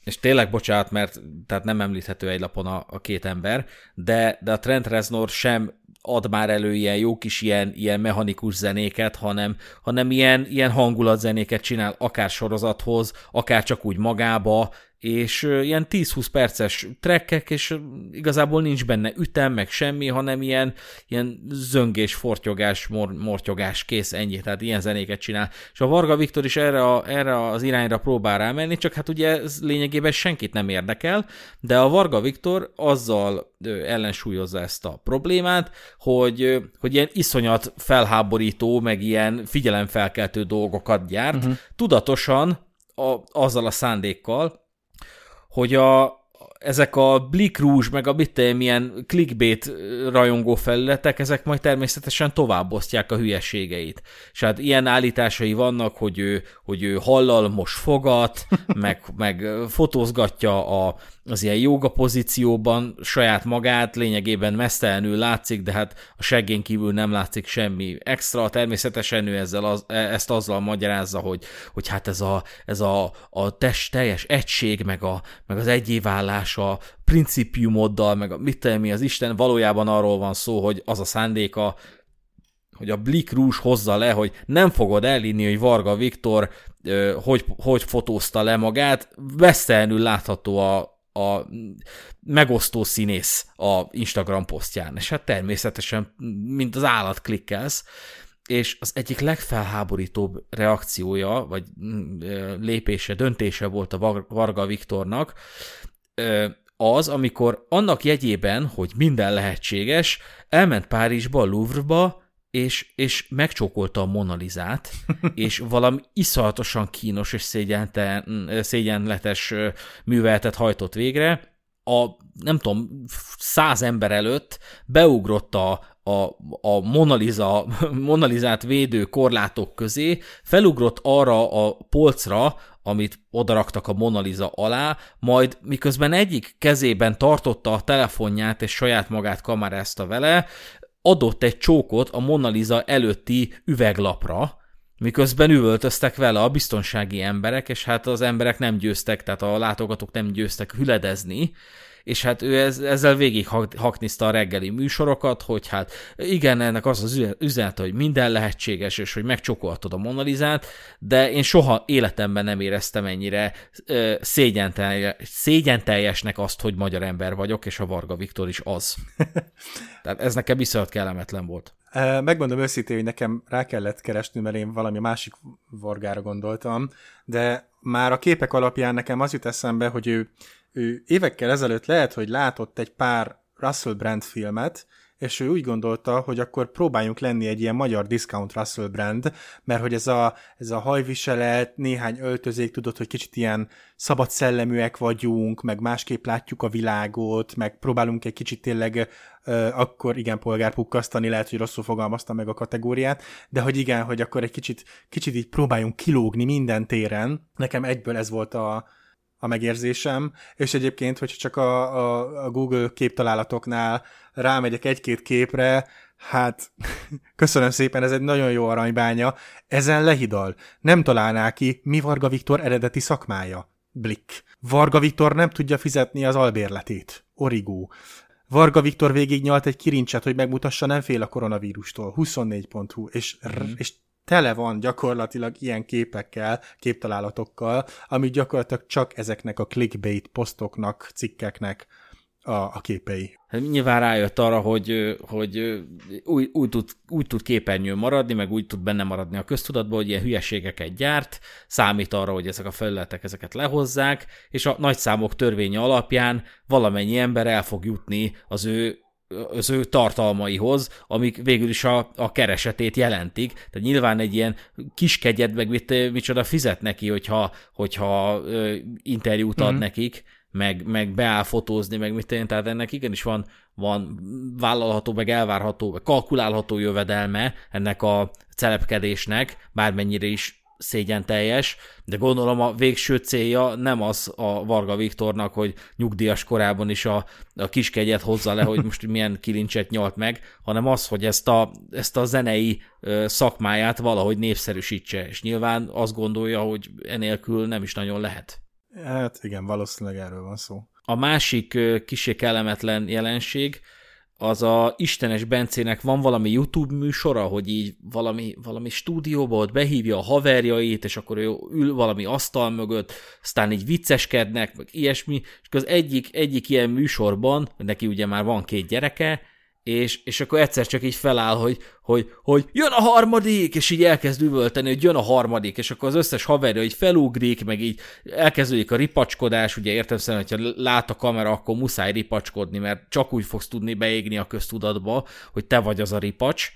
És tényleg bocsánat, mert tehát nem említhető egy lapon a, a két ember, de, de a Trent Reznor sem ad már elő ilyen jó kis ilyen, ilyen mechanikus zenéket, hanem, hanem ilyen, ilyen hangulatzenéket csinál, akár sorozathoz, akár csak úgy magába, és ilyen tíz-húsz perces trekkek, és igazából nincs benne ütem, meg semmi, hanem ilyen, ilyen zöngés, fortyogás, mor, mortyogás, kész, ennyi, tehát ilyen zenéket csinál. És a Varga Viktor is erre, a, erre az irányra próbál rámenni, csak hát ugye ez lényegében senkit nem érdekel, de a Varga Viktor azzal ellensúlyozza ezt a problémát, hogy, hogy ilyen iszonyat felháborító, meg ilyen figyelemfelkeltő dolgokat gyárt, uh-huh. tudatosan a, azzal a szándékkal, hogy a, ezek a Blick Rouge, meg a milyen clickbait rajongó felületek, ezek majd természetesen továbbosztják a hülyeségeit. És hát ilyen állításai vannak, hogy ő, hogy ő hallal most fogat, meg, meg fotózgatja a, az ilyen jóga pozícióban saját magát, lényegében mesztelenül látszik, de hát a seggén kívül nem látszik semmi extra. Természetesen ő ezzel az, ezt azzal magyarázza, hogy, hogy hát ez a, ez a, a test teljes egység, meg, a, meg az egyévállás, a principiumoddal, meg a mit tudom mi az Isten, valójában arról van szó, hogy az a szándéka, hogy a Blick Rouge hozza le, hogy nem fogod elinni, hogy Varga Viktor ö, hogy, hogy fotózta le magát, vesztelenül látható a, a megosztó színész a Instagram posztján, és hát természetesen, mint az állat klikkelsz, és az egyik legfelháborítóbb reakciója, vagy lépése, döntése volt a Varga Viktornak, az, amikor annak jegyében, hogy minden lehetséges, elment Párizsba, a Louvre-ba, és, és megcsókolta a Mona Lisát, és valami iszonyatosan kínos és szégyenletes műveletet hajtott végre. A, nem tudom, száz ember előtt beugrott a, a, a Mona Lisa, Mona Lisát védő korlátok közé, felugrott arra a polcra, amit odaraktak a Mona Lisa alá, majd miközben egyik kezében tartotta a telefonját és saját magát kamerázta vele, adott egy csókot a Mona Lisa előtti üveglapra, miközben üvöltöztek vele a biztonsági emberek, és hát az emberek nem győztek, tehát a látogatók nem győztek hüledezni, és hát ő ezzel végig hakniszta a reggeli műsorokat, hogy hát igen, ennek az az üzenete, hogy minden lehetséges, és hogy megcsokolhatod a Mona Lisát, de én soha életemben nem éreztem ennyire szégyenteljes, szégyenteljesnek azt, hogy magyar ember vagyok, és a Varga Viktor is az. Tehát ez nekem viszont kellemetlen volt. Megmondom őszintén, hogy nekem rá kellett keresni, mert én valami másik Vargára gondoltam, de már a képek alapján nekem az jut eszembe, hogy ő Ő évekkel ezelőtt lehet, hogy látott egy pár Russell Brand filmet, és ő úgy gondolta, hogy akkor próbáljunk lenni egy ilyen magyar discount Russell Brand, mert hogy ez a, ez a hajviselet, néhány öltözék, tudod, hogy kicsit ilyen szabad szelleműek vagyunk, meg másképp látjuk a világot, meg próbálunk egy kicsit tényleg uh, akkor igen polgárpukkasztani, lehet, hogy rosszul fogalmaztam meg a kategóriát, de hogy igen, hogy akkor egy kicsit, kicsit így próbáljunk kilógni minden téren. Nekem egyből ez volt a a megérzésem, és egyébként, hogyha csak a, a, a Google képtalálatoknál rámegyek egy-két képre, hát köszönöm szépen, ez egy nagyon jó aranybánya, ezen lehidal. Nem találná ki, mi Varga Viktor eredeti szakmája. Blick. Varga Viktor nem tudja fizetni az albérletét. Origó. Varga Viktor végignyalt egy kirincset, hogy megmutassa, nem fél a koronavírustól. huszonnégy pont hu. És, mm. és tele van gyakorlatilag ilyen képekkel, képtalálatokkal, amit gyakorlatilag csak ezeknek a clickbait posztoknak, cikkeknek a, a képei. Hát nyilván rájött arra, hogy, hogy úgy, úgy, tud, úgy tud képernyőn maradni, meg úgy tud benne maradni a köztudatban, hogy ilyen hülyeségeket gyárt, számít arra, hogy ezek a felületek ezeket lehozzák, és a nagyszámok törvénye alapján valamennyi ember el fog jutni az ő az ő tartalmaihoz, amik végül is a, a keresetét jelentik. Tehát nyilván egy ilyen kis kegyed, meg mit, micsoda fizet neki, hogyha, hogyha ö, interjút ad mm-hmm. nekik, meg, meg beáll fotózni, meg mit tenni. Tehát ennek igenis van, van vállalható, meg elvárható, meg kalkulálható jövedelme ennek a celebkedésnek, bármennyire is szégyenteljes, de gondolom a végső célja nem az a Varga Viktornak, hogy nyugdíjas korában is a, a kiskegyet hozza le, hogy most milyen kilincset nyalt meg, hanem az, hogy ezt a, ezt a zenei szakmáját valahogy népszerűsítse, és nyilván azt gondolja, hogy enélkül nem is nagyon lehet. Hát igen, valószínűleg erről van szó. A másik kissé kellemetlen jelenség, az a Istenes Bencének van valami YouTube műsora, hogy így valami, valami stúdióba ott behívja a haverjait, és akkor ő ül valami asztal mögött, aztán így vicceskednek, meg ilyesmi, és az egyik, egyik ilyen műsorban, neki ugye már van két gyereke, és, és akkor egyszer csak így feláll, hogy, hogy, hogy jön a harmadik, és így elkezd üvölteni, hogy jön a harmadik, és akkor az összes haverja így felugrik, meg így elkezdődik a ripacskodás, ugye értem szerint, hogyha lát a kamera, akkor muszáj ripacskodni, mert csak úgy fogsz tudni beégni a köztudatba, hogy te vagy az a ripacs,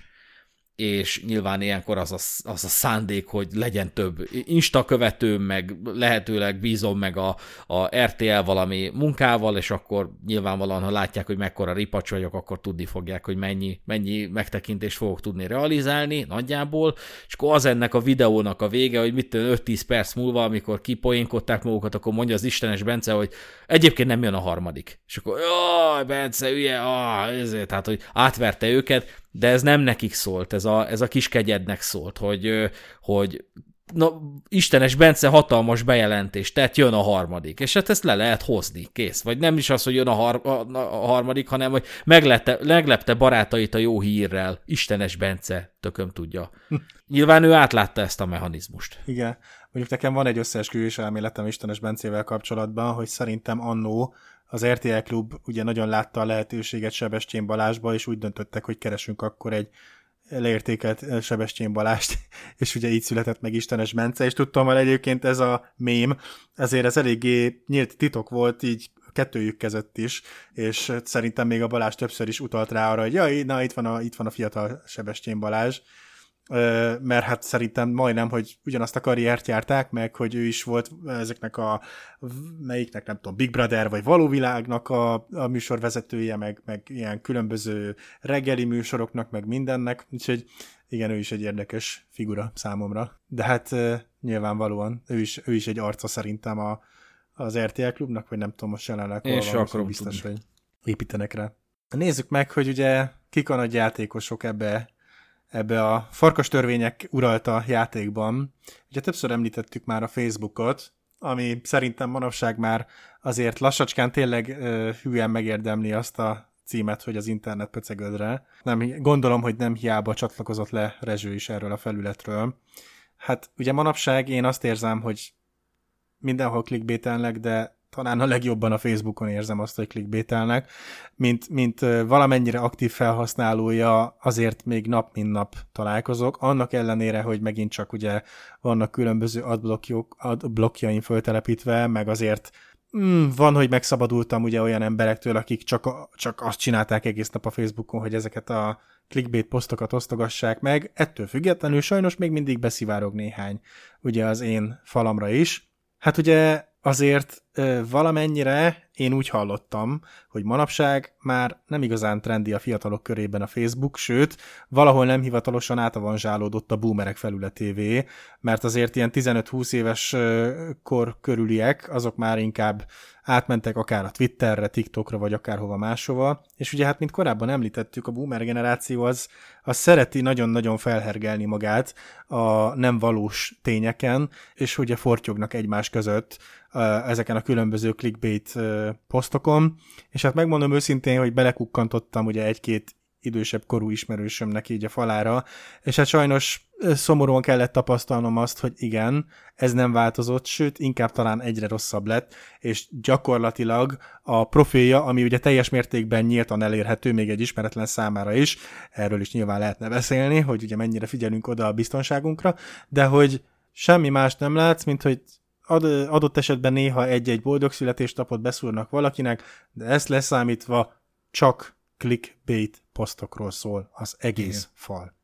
és nyilván ilyenkor az a, az a szándék, hogy legyen több Insta követőm, meg lehetőleg bízom meg a, a er té el valami munkával, és akkor nyilvánvalóan, ha látják, hogy mekkora ripacs vagyok, akkor tudni fogják, hogy mennyi, mennyi megtekintést fogok tudni realizálni nagyjából, és akkor az ennek a videónak a vége, hogy mit tudom, öt-tíz perc múlva, amikor kipoénkodták magukat, akkor mondja az Istenes Bence, hogy egyébként nem jön a harmadik. És akkor jaj, Bence, üje, ah, ezért, tehát, hogy átverte őket, de ez nem nekik szólt, ez a, ez a kis kegyednek szólt, hogy, hogy na, Istenes Bence hatalmas bejelentés, tehát jön a harmadik, és hát ezt le lehet hozni, kész. Vagy nem is az, hogy jön a, har, a, a harmadik, hanem hogy meglepte, meglepte barátait a jó hírrel. Istenes Bence, tököm tudja. Nyilván ő átlátta ezt a mechanizmust. Igen. Mondjuk nekem van egy összeesküvés elméletem Istenes Bencével kapcsolatban, hogy szerintem annó az er té el Klub ugye nagyon látta a lehetőséget Sebestyén Balázsba, és úgy döntöttek, hogy keresünk akkor egy leértékelt Sebestyén Balást, és ugye így született meg Istenes Bence, és tudtam, hogy egyébként ez a mém, ezért ez eléggé nyílt titok volt így kettőjük között is, és szerintem még a Balázs többször is utalt rá arra, hogy jaj, na itt van a, itt van a fiatal Sebestyén Balázs, mert hát szerintem majdnem, hogy ugyanazt a karriert járták meg, hogy ő is volt ezeknek a melyiknek, nem tudom, Big Brother vagy Való Világnak a, a műsorvezetője, meg, meg ilyen különböző reggeli műsoroknak, meg mindennek, úgyhogy igen, ő is egy érdekes figura számomra. De hát nyilvánvalóan ő is, ő is egy arca szerintem a, az er té el Klubnak, vagy nem tudom, most jelenleg hol van, szóval biztos, tudni. Hogy építenek rá. Nézzük meg, hogy ugye kik a nagy játékosok ebbe ebbe a farkas törvények uralta játékban. Ugye többször említettük már a Facebookot, ami szerintem manapság már azért lassacskán tényleg uh, hülyen megérdemli azt a címet, hogy az internet pöcegödre. Nem, gondolom, hogy nem hiába csatlakozott le Rezső is erről a felületről. Hát ugye manapság én azt érzem, hogy mindenhol clickbaitelnek, de talán a legjobban a Facebookon érzem azt, hogy clickbaitelnek, mint, mint valamennyire aktív felhasználója, azért még nap mint nap találkozok, annak ellenére, hogy megint csak ugye vannak különböző adblockjuk, adblockjaim föltelepítve, meg azért mm, van, hogy megszabadultam ugye olyan emberektől, akik csak, csak azt csinálták egész nap a Facebookon, hogy ezeket a clickbait posztokat osztogassák meg, ettől függetlenül sajnos még mindig beszivárog néhány ugye az én falamra is. Hát ugye azért valamennyire én úgy hallottam, hogy manapság már nem igazán trendi a fiatalok körében a Facebook, sőt, valahol nem hivatalosan átavanzsálódott a boomerek felületévé, mert azért ilyen tizenöt-húsz éves kor körüliek, azok már inkább átmentek akár a Twitterre, TikTokra, vagy akárhova máshova, és ugye hát, mint korábban említettük, a boomer generáció az, az szereti nagyon-nagyon felhergelni magát a nem valós tényeken, és ugye fortyognak egymás között ezeken a különböző clickbait posztokon, és hát megmondom őszintén, hogy belekukkantottam ugye egy-két idősebb korú ismerősömnek így a falára, és hát sajnos szomorúan kellett tapasztalnom azt, hogy igen, ez nem változott, sőt, inkább talán egyre rosszabb lett, és gyakorlatilag a profilja, ami ugye teljes mértékben nyíltan elérhető, még egy ismeretlen számára is, erről is nyilván lehetne beszélni, hogy ugye mennyire figyelünk oda a biztonságunkra, de hogy semmi más nem látsz, mint hogy ad, adott esetben néha egy-egy boldog születésnapot beszúrnak valakinek, de ezt leszámítva csak clickbait posztokról szól az egész igen. fal.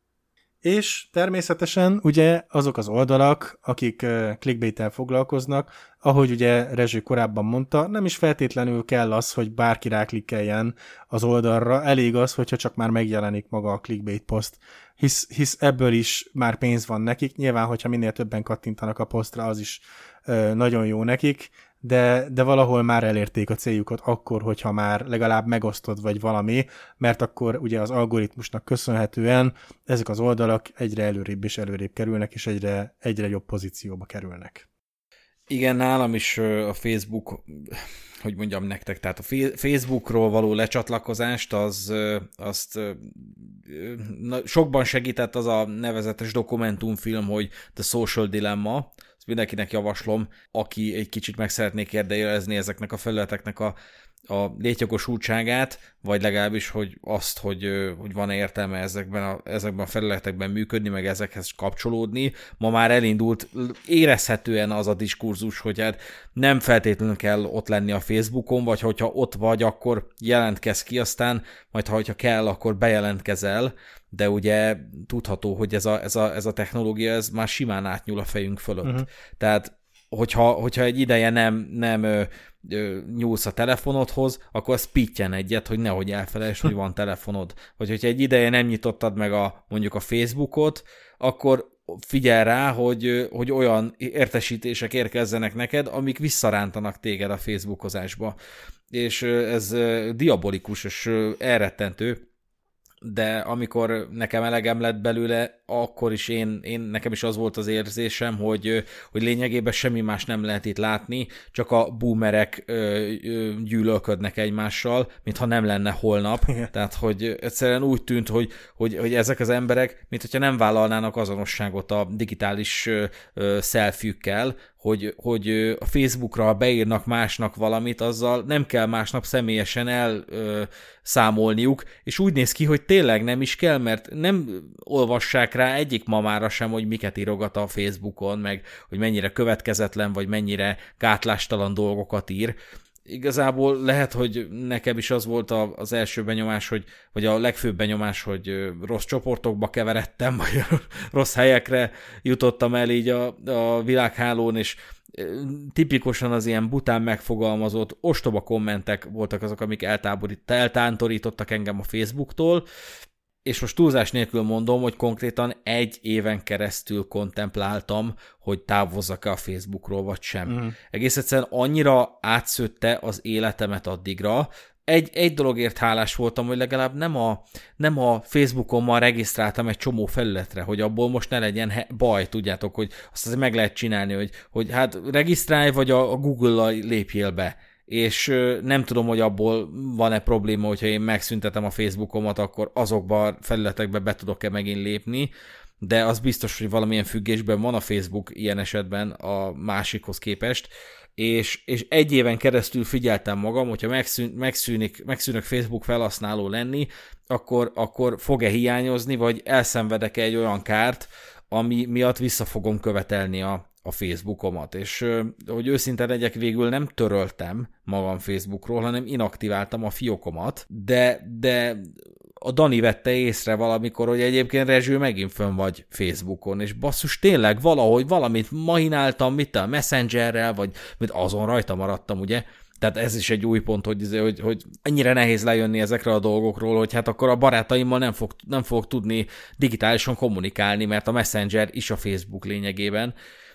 És természetesen ugye azok az oldalak, akik clickbait-tel foglalkoznak, ahogy ugye Rezső korábban mondta, nem is feltétlenül kell az, hogy bárki ráklikkeljen az oldalra, elég az, hogyha csak már megjelenik maga a clickbait poszt, hisz, hisz ebből is már pénz van nekik, nyilván, hogyha minél többen kattintanak a posztra, az is ö, nagyon jó nekik, de, de valahol már elérték a céljukat akkor, hogyha már legalább megosztod vagy valami, mert akkor ugye az algoritmusnak köszönhetően ezek az oldalak egyre előrébb és előrébb kerülnek, és egyre, egyre jobb pozícióba kerülnek. Igen, nálam is a Facebook, hogy mondjam nektek, tehát a Facebookról való lecsatlakozást, az, azt na, sokban segített az a nevezetes dokumentumfilm, hogy The Social Dilemma. Ezt mindenkinek javaslom, aki egy kicsit meg szeretné kérdőjelezni ezeknek a felületeknek a a létjogosultságát, vagy legalábbis, hogy azt, hogy, hogy van-e értelme ezekben a, ezekben a felületekben működni, meg ezekhez kapcsolódni. Ma már elindult érezhetően az a diskurzus, hogy hát nem feltétlenül kell ott lenni a Facebookon, vagy hogyha ott vagy, akkor jelentkezz ki, aztán majd ha hogyha kell, akkor bejelentkezel, de ugye tudható, hogy ez a, ez a, ez a technológia ez már simán átnyúl a fejünk fölött. Uh-huh. Tehát hogyha, hogyha egy ideje nem, nem ö, ö, nyúlsz a telefonodhoz, akkor az pittyen egyet, hogy nehogy elfelejtsd, hogy van telefonod. Vagy hogyha egy ideje nem nyitottad meg a, mondjuk a Facebookot, akkor figyelj rá, hogy, hogy olyan értesítések érkezzenek neked, amik visszarántanak téged a Facebookozásba. És ez diabolikus és elrettentő, de amikor nekem elegem lett belőle, akkor is én, én nekem is az volt az érzésem, hogy, hogy lényegében semmi más nem lehet itt látni, csak a boomerek ö, ö, gyűlölködnek egymással, mintha nem lenne holnap. Igen. Tehát, hogy egyszerűen úgy tűnt, hogy, hogy, hogy ezek az emberek, mint hogyha nem vállalnának azonosságot a digitális ö, ö, selfie-kkel, hogy, hogy a Facebookra beírnak másnak valamit, azzal nem kell másnap személyesen elszámolniuk, és úgy néz ki, hogy tényleg nem is kell, mert nem olvassák rá egyik mamára sem, hogy miket írogat a Facebookon, meg hogy mennyire következetlen, vagy mennyire gátlástalan dolgokat ír. Igazából lehet, hogy nekem is az volt az első benyomás, hogy, vagy a legfőbb benyomás, hogy rossz csoportokba keveredtem, vagy rossz helyekre jutottam el így a, a világhálón, és tipikusan az ilyen bután megfogalmazott ostoba kommentek voltak azok, amik eltántorítottak engem a Facebooktól, és most túlzás nélkül mondom, hogy konkrétan egy éven keresztül kontempláltam, hogy távozzak-e a Facebookról, vagy sem. Mm. Egész egyszerűen annyira átszőtte az életemet addigra. Egy, egy dologért hálás voltam, hogy legalább nem a, nem a Facebookon ma regisztráltam egy csomó felületre, hogy abból most ne legyen he- baj, tudjátok, hogy azt azért meg lehet csinálni, hogy, hogy hát regisztrálj, vagy a, a Google-al lépjél be. És nem tudom, hogy abból van-e probléma, hogyha én megszüntetem a Facebookomat, akkor azokba a felületekbe be tudok-e megint lépni, de az biztos, hogy valamilyen függésben van a Facebook ilyen esetben a másikhoz képest, és, és egy éven keresztül figyeltem magam, hogyha megszűn, megszűnik, megszűnök Facebook felhasználó lenni, akkor, akkor fog-e hiányozni, vagy elszenvedek egy olyan kárt, ami miatt vissza fogom követelni a a Facebookomat, és hogy őszinte legyek, végül nem töröltem magam Facebookról, hanem inaktiváltam a fiókomat, de, de a Dani vette észre valamikor, hogy egyébként Rezső megint fönn vagy Facebookon, és basszus, tényleg valahogy valamit mahináltam, mit a Messengerrel, vagy mit azon rajta maradtam, ugye? Tehát ez is egy új pont, hogy, hogy, hogy ennyire nehéz lejönni ezekre a dolgokról, hogy hát akkor a barátaimmal nem fog, nem fog tudni digitálisan kommunikálni, mert a Messenger is a Facebook lényegében,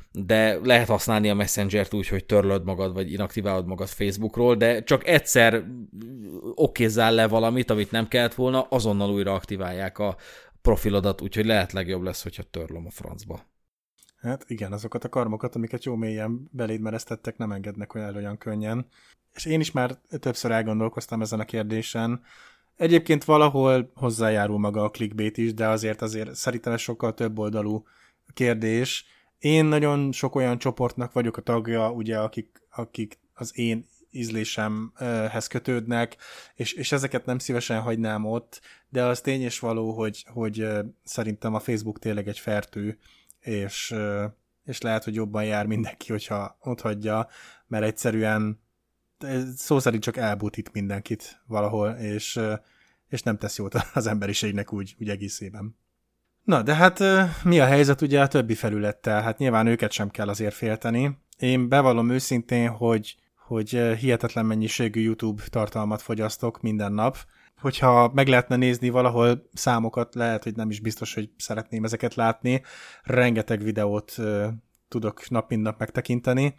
de lehet használni a Messengert úgy, hogy törlöd magad, vagy inaktiválod magad Facebookról, de csak egyszer okézzál le valamit, amit nem kellett volna, azonnal újra aktiválják a profilodat, úgyhogy lehet legjobb lesz, hogyha törlöm a francba. Hát igen, azokat a karmokat, amiket jó mélyen beléd meresztettek, nem engednek olyan olyan könnyen. És én is már többször elgondolkoztam ezen a kérdésen. Egyébként valahol hozzájárul maga a clickbait is, de azért azért szerintem ez sokkal több oldalú kérdés. Én nagyon sok olyan csoportnak vagyok a tagja, ugye, akik, akik az én ízlésemhez kötődnek, és, és ezeket nem szívesen hagynám ott, de az tény és való, hogy, hogy szerintem a Facebook tényleg egy fertő, és, és lehet, hogy jobban jár mindenki, hogyha ott hagyja, mert egyszerűen szó szerint csak elbutít mindenkit valahol, és, és nem tesz jót az emberiségnek úgy, úgy egészében. Na, de hát mi a helyzet ugye a többi felülettel? Hát nyilván őket sem kell azért félteni. Én bevallom őszintén, hogy, hogy hihetetlen mennyiségű YouTube tartalmat fogyasztok minden nap. Hogyha meg lehetne nézni valahol számokat, lehet, hogy nem is biztos, hogy szeretném ezeket látni. Rengeteg videót uh, tudok nap mint nap megtekinteni,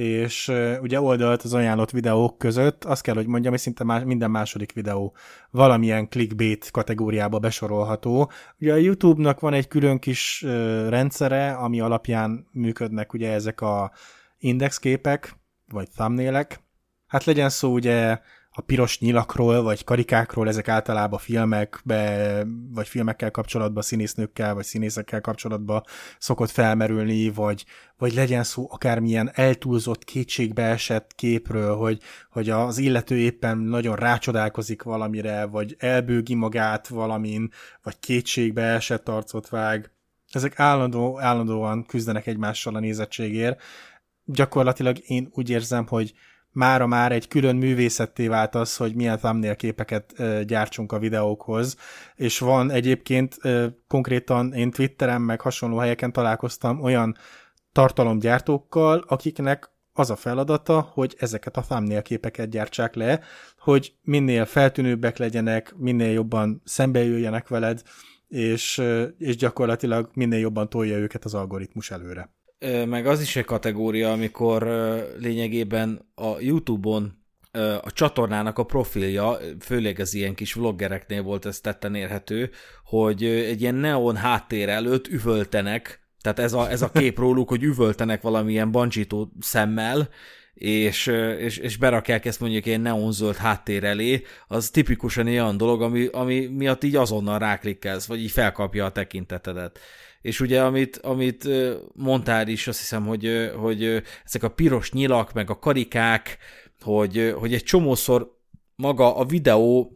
és uh, ugye oldalt az ajánlott videók között azt kell, hogy mondjam, hogy szinte más, minden második videó valamilyen clickbait kategóriába besorolható. Ugye a YouTube-nak van egy külön kis uh, rendszere, ami alapján működnek ugye ezek a indexképek, vagy thumbnailek. Hát legyen szó ugye a piros nyilakról, vagy karikákról, ezek általában filmekbe, vagy filmekkel kapcsolatban, színésznőkkel, vagy színészekkel kapcsolatban szokott felmerülni, vagy, vagy legyen szó akármilyen eltúlzott, kétségbeesett képről, hogy, hogy az illető éppen nagyon rácsodálkozik valamire, vagy elbőgi magát valamin, vagy kétségbeesett arcot vág. Ezek állandó, állandóan küzdenek egymással a nézettségért. Gyakorlatilag én úgy érzem, hogy mára már egy külön művészetté vált az, hogy milyen thumbnail képeket ö, gyártsunk a videókhoz, és van egyébként ö, konkrétan én Twitteren meg hasonló helyeken találkoztam olyan tartalomgyártókkal, akiknek az a feladata, hogy ezeket a thumbnail képeket gyártsák le, hogy minél feltűnőbbek legyenek, minél jobban szembejöjjenek veled, és, és gyakorlatilag minél jobban tolja őket az algoritmus előre. Meg az is egy kategória, amikor lényegében a YouTube-on a csatornának a profilja, főleg az ilyen kis vloggereknél volt ez tetten érhető, hogy egy ilyen neon háttér előtt üvöltenek, tehát ez a, ez a kép róluk, hogy üvöltenek valamilyen bancsító szemmel, és, és, és berakják ezt mondjuk ilyen neonzöld háttér elé, az tipikusan olyan dolog, ami, ami miatt így azonnal ráklikkelsz, vagy így felkapja a tekintetedet. És ugye, amit, amit mondtál is, azt hiszem, hogy, hogy ezek a piros nyilak, meg a karikák, hogy, hogy egy csomószor maga a videó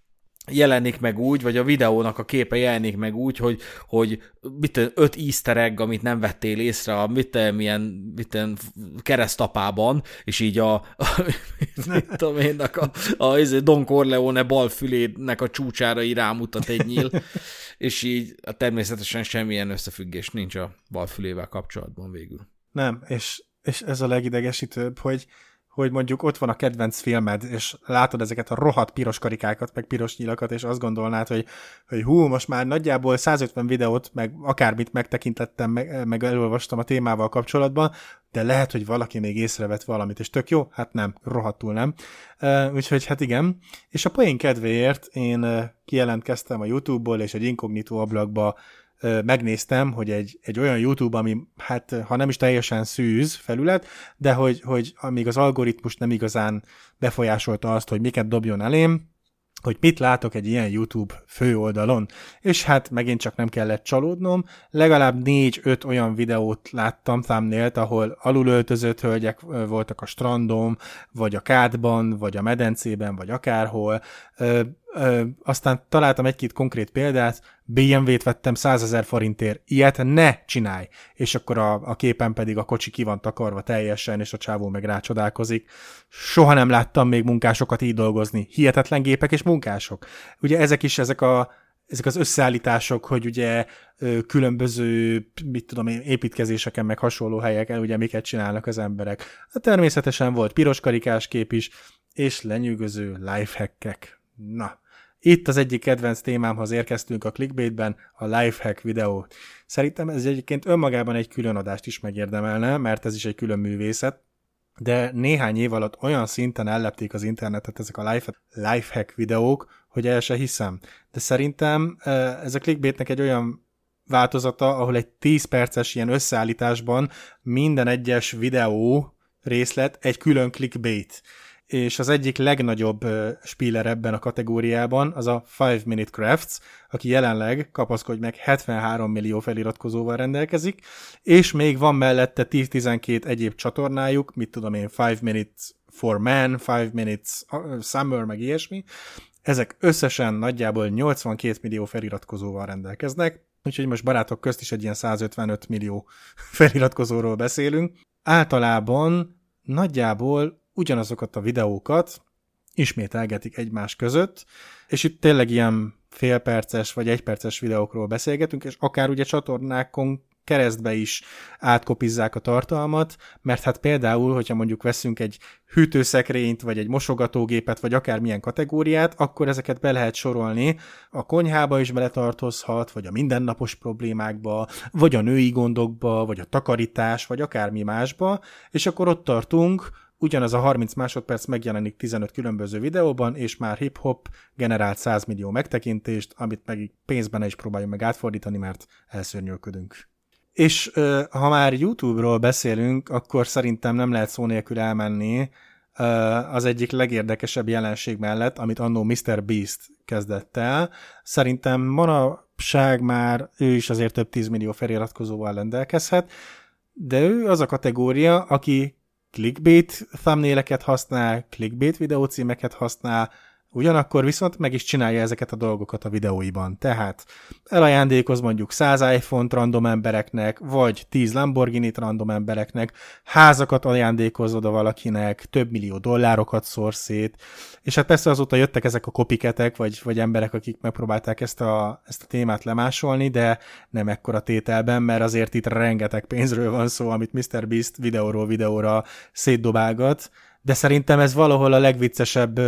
jelenik meg úgy, vagy a videónak a képe jelenik meg úgy, hogy, hogy mit öt easter egg, amit nem vettél észre a mit milyen mit keresztapában, és így a, a mit tudom én, a, a, a Don Corleone bal fülének a csúcsára így rámutat egy nyíl, és így természetesen semmilyen összefüggés nincs a bal fülével kapcsolatban végül. Nem, és, és ez a legidegesítőbb, hogy hogy mondjuk ott van a kedvenc filmed, és látod ezeket a rohadt piros karikákat, meg piros nyilakat, és azt gondolnád, hogy, hogy hú, most már nagyjából százötven videót, meg akármit megtekintettem, meg, meg elolvastam a témával kapcsolatban, de lehet, hogy valaki még észrevett valamit, és tök jó? Hát nem, rohadtul nem. Uh, úgyhogy hát igen. És a poén kedvéért én uh, kijelentkeztem a YouTube-ból, és egy inkognitó ablakba megnéztem, hogy egy, egy olyan YouTube, ami hát ha nem is teljesen szűz felület, de hogy, hogy amíg az algoritmus nem igazán befolyásolta azt, hogy miket dobjon elém, hogy mit látok egy ilyen YouTube főoldalon. És hát megint csak nem kellett csalódnom, legalább négy-öt olyan videót láttam thumbnailt, ahol alulöltözött hölgyek voltak a strandon, vagy a kádban, vagy a medencében, vagy akárhol. Ö, ö, aztán találtam egy-két konkrét példát, bé em vé-t vettem százezer forintért, ilyet ne csinálj! És akkor a, a képen pedig a kocsi ki van takarva teljesen, és a csávó meg rácsodálkozik. Soha nem láttam még munkásokat így dolgozni. Hihetetlen gépek és munkások. Ugye ezek is, ezek a ezek az összeállítások, hogy ugye különböző, mit tudom én, építkezéseken, meg hasonló helyeken, ugye miket csinálnak az emberek. Természetesen volt piros karikás kép is, és lenyűgöző lifehackek. Na, itt az egyik kedvenc témámhoz érkeztünk a clickbaitben, a lifehack videó. Szerintem ez egyébként önmagában egy külön adást is megérdemelne, mert ez is egy külön művészet, de néhány év alatt olyan szinten ellepték az internetet ezek a life, lifehack videók, hogy el se hiszem. De szerintem ez a clickbaitnek egy olyan változata, ahol egy tíz perces ilyen összeállításban minden egyes videó részlet egy külön clickbait. És az egyik legnagyobb spiller ebben a kategóriában az a five minute crafts, aki jelenleg, kapaszkodj meg, hetvenhárom millió feliratkozóval rendelkezik, és még van mellette tíz-tizenkét egyéb csatornájuk, mit tudom én, five minutes for men, five minutes summer, meg ilyesmi. Ezek összesen nagyjából nyolcvankét millió feliratkozóval rendelkeznek, úgyhogy most barátok közt is egy ilyen százötvenöt millió feliratkozóról beszélünk. Általában nagyjából ugyanazokat a videókat ismételgetik egymás között, és itt tényleg ilyen félperces vagy egyperces videókról beszélgetünk, és akár ugye csatornákon keresztbe is átkopizzák a tartalmat, mert hát például, hogyha mondjuk veszünk egy hűtőszekrényt, vagy egy mosogatógépet, vagy akármilyen kategóriát, akkor ezeket be lehet sorolni, a konyhába is beletartozhat, vagy a mindennapos problémákba, vagy a női gondokba, vagy a takarítás, vagy akármi másba, és akkor ott tartunk, ugyanaz a harminc másodperc megjelenik tizenöt különböző videóban, és már hip-hop generált száz millió megtekintést, amit meg pénzben is próbáljuk meg átfordítani, mert elszörnyölködünk. És ha már YouTube-ról beszélünk, akkor szerintem nem lehet szó nélkül elmenni az egyik legérdekesebb jelenség mellett, amit annó miszter Beast kezdett el. Szerintem manapság már ő is azért több tízmillió feliratkozóval rendelkezhet, de ő az a kategória, aki clickbait thumbnaileket használ, clickbait videócímeket használ, ugyanakkor viszont meg is csinálja ezeket a dolgokat a videóiban. Tehát elajándékoz mondjuk száz iPhone-t random embereknek, vagy tíz Lamborghini-t random embereknek, házakat ajándékoz oda valakinek, több millió dollárokat szór szét, és hát persze azóta jöttek ezek a copycatek, vagy, vagy emberek, akik megpróbálták ezt a, ezt a témát lemásolni, de nem ekkora tételben, mert azért itt rengeteg pénzről van szó, amit miszter Beast videóról videóra szétdobálgat, de szerintem ez valahol a legviccesebb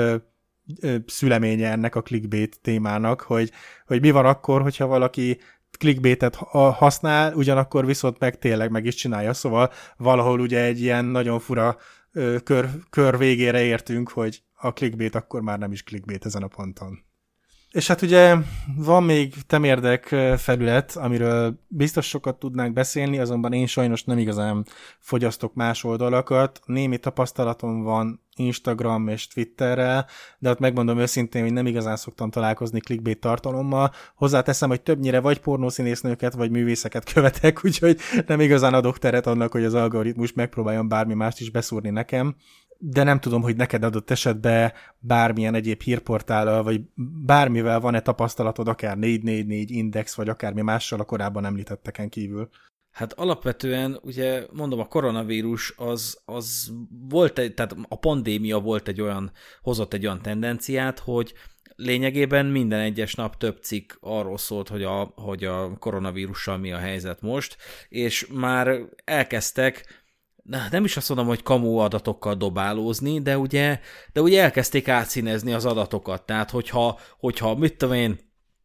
szüleménye ennek a clickbait témának, hogy, hogy mi van akkor, hogyha valaki clickbaitet használ, ugyanakkor viszont meg tényleg meg is csinálja, szóval valahol ugye egy ilyen nagyon fura kör, kör végére értünk, hogy a clickbait akkor már nem is clickbait ezen a ponton. És hát ugye van még temérdek felület, amiről biztos sokat tudnánk beszélni, azonban én sajnos nem igazán fogyasztok más oldalakat. Némi tapasztalatom van Instagram és Twitterrel, de ott megmondom őszintén, hogy nem igazán szoktam találkozni clickbait tartalommal. Hozzáteszem, hogy többnyire vagy pornószínésznőket, vagy művészeket követek, úgyhogy nem igazán adok teret annak, hogy az algoritmus megpróbáljon bármi mást is beszúrni nekem. De nem tudom, hogy neked adott esetben bármilyen egyéb hírportállal, vagy bármivel van-e tapasztalatod, akár négy négy négy Index, vagy akármi mással a korábban említetteken kívül. Hát alapvetően, ugye mondom, a koronavírus az, az volt egy, tehát a pandémia volt egy olyan, hozott egy olyan tendenciát, hogy lényegében minden egyes nap több cikk arról szólt, hogy a, hogy a koronavírussal mi a helyzet most, és már elkezdtek, nem is azt mondom, hogy kamu adatokkal dobálózni, de ugye, de ugye elkezdték átszínezni az adatokat. Tehát, hogyha, hogyha mit tudom én,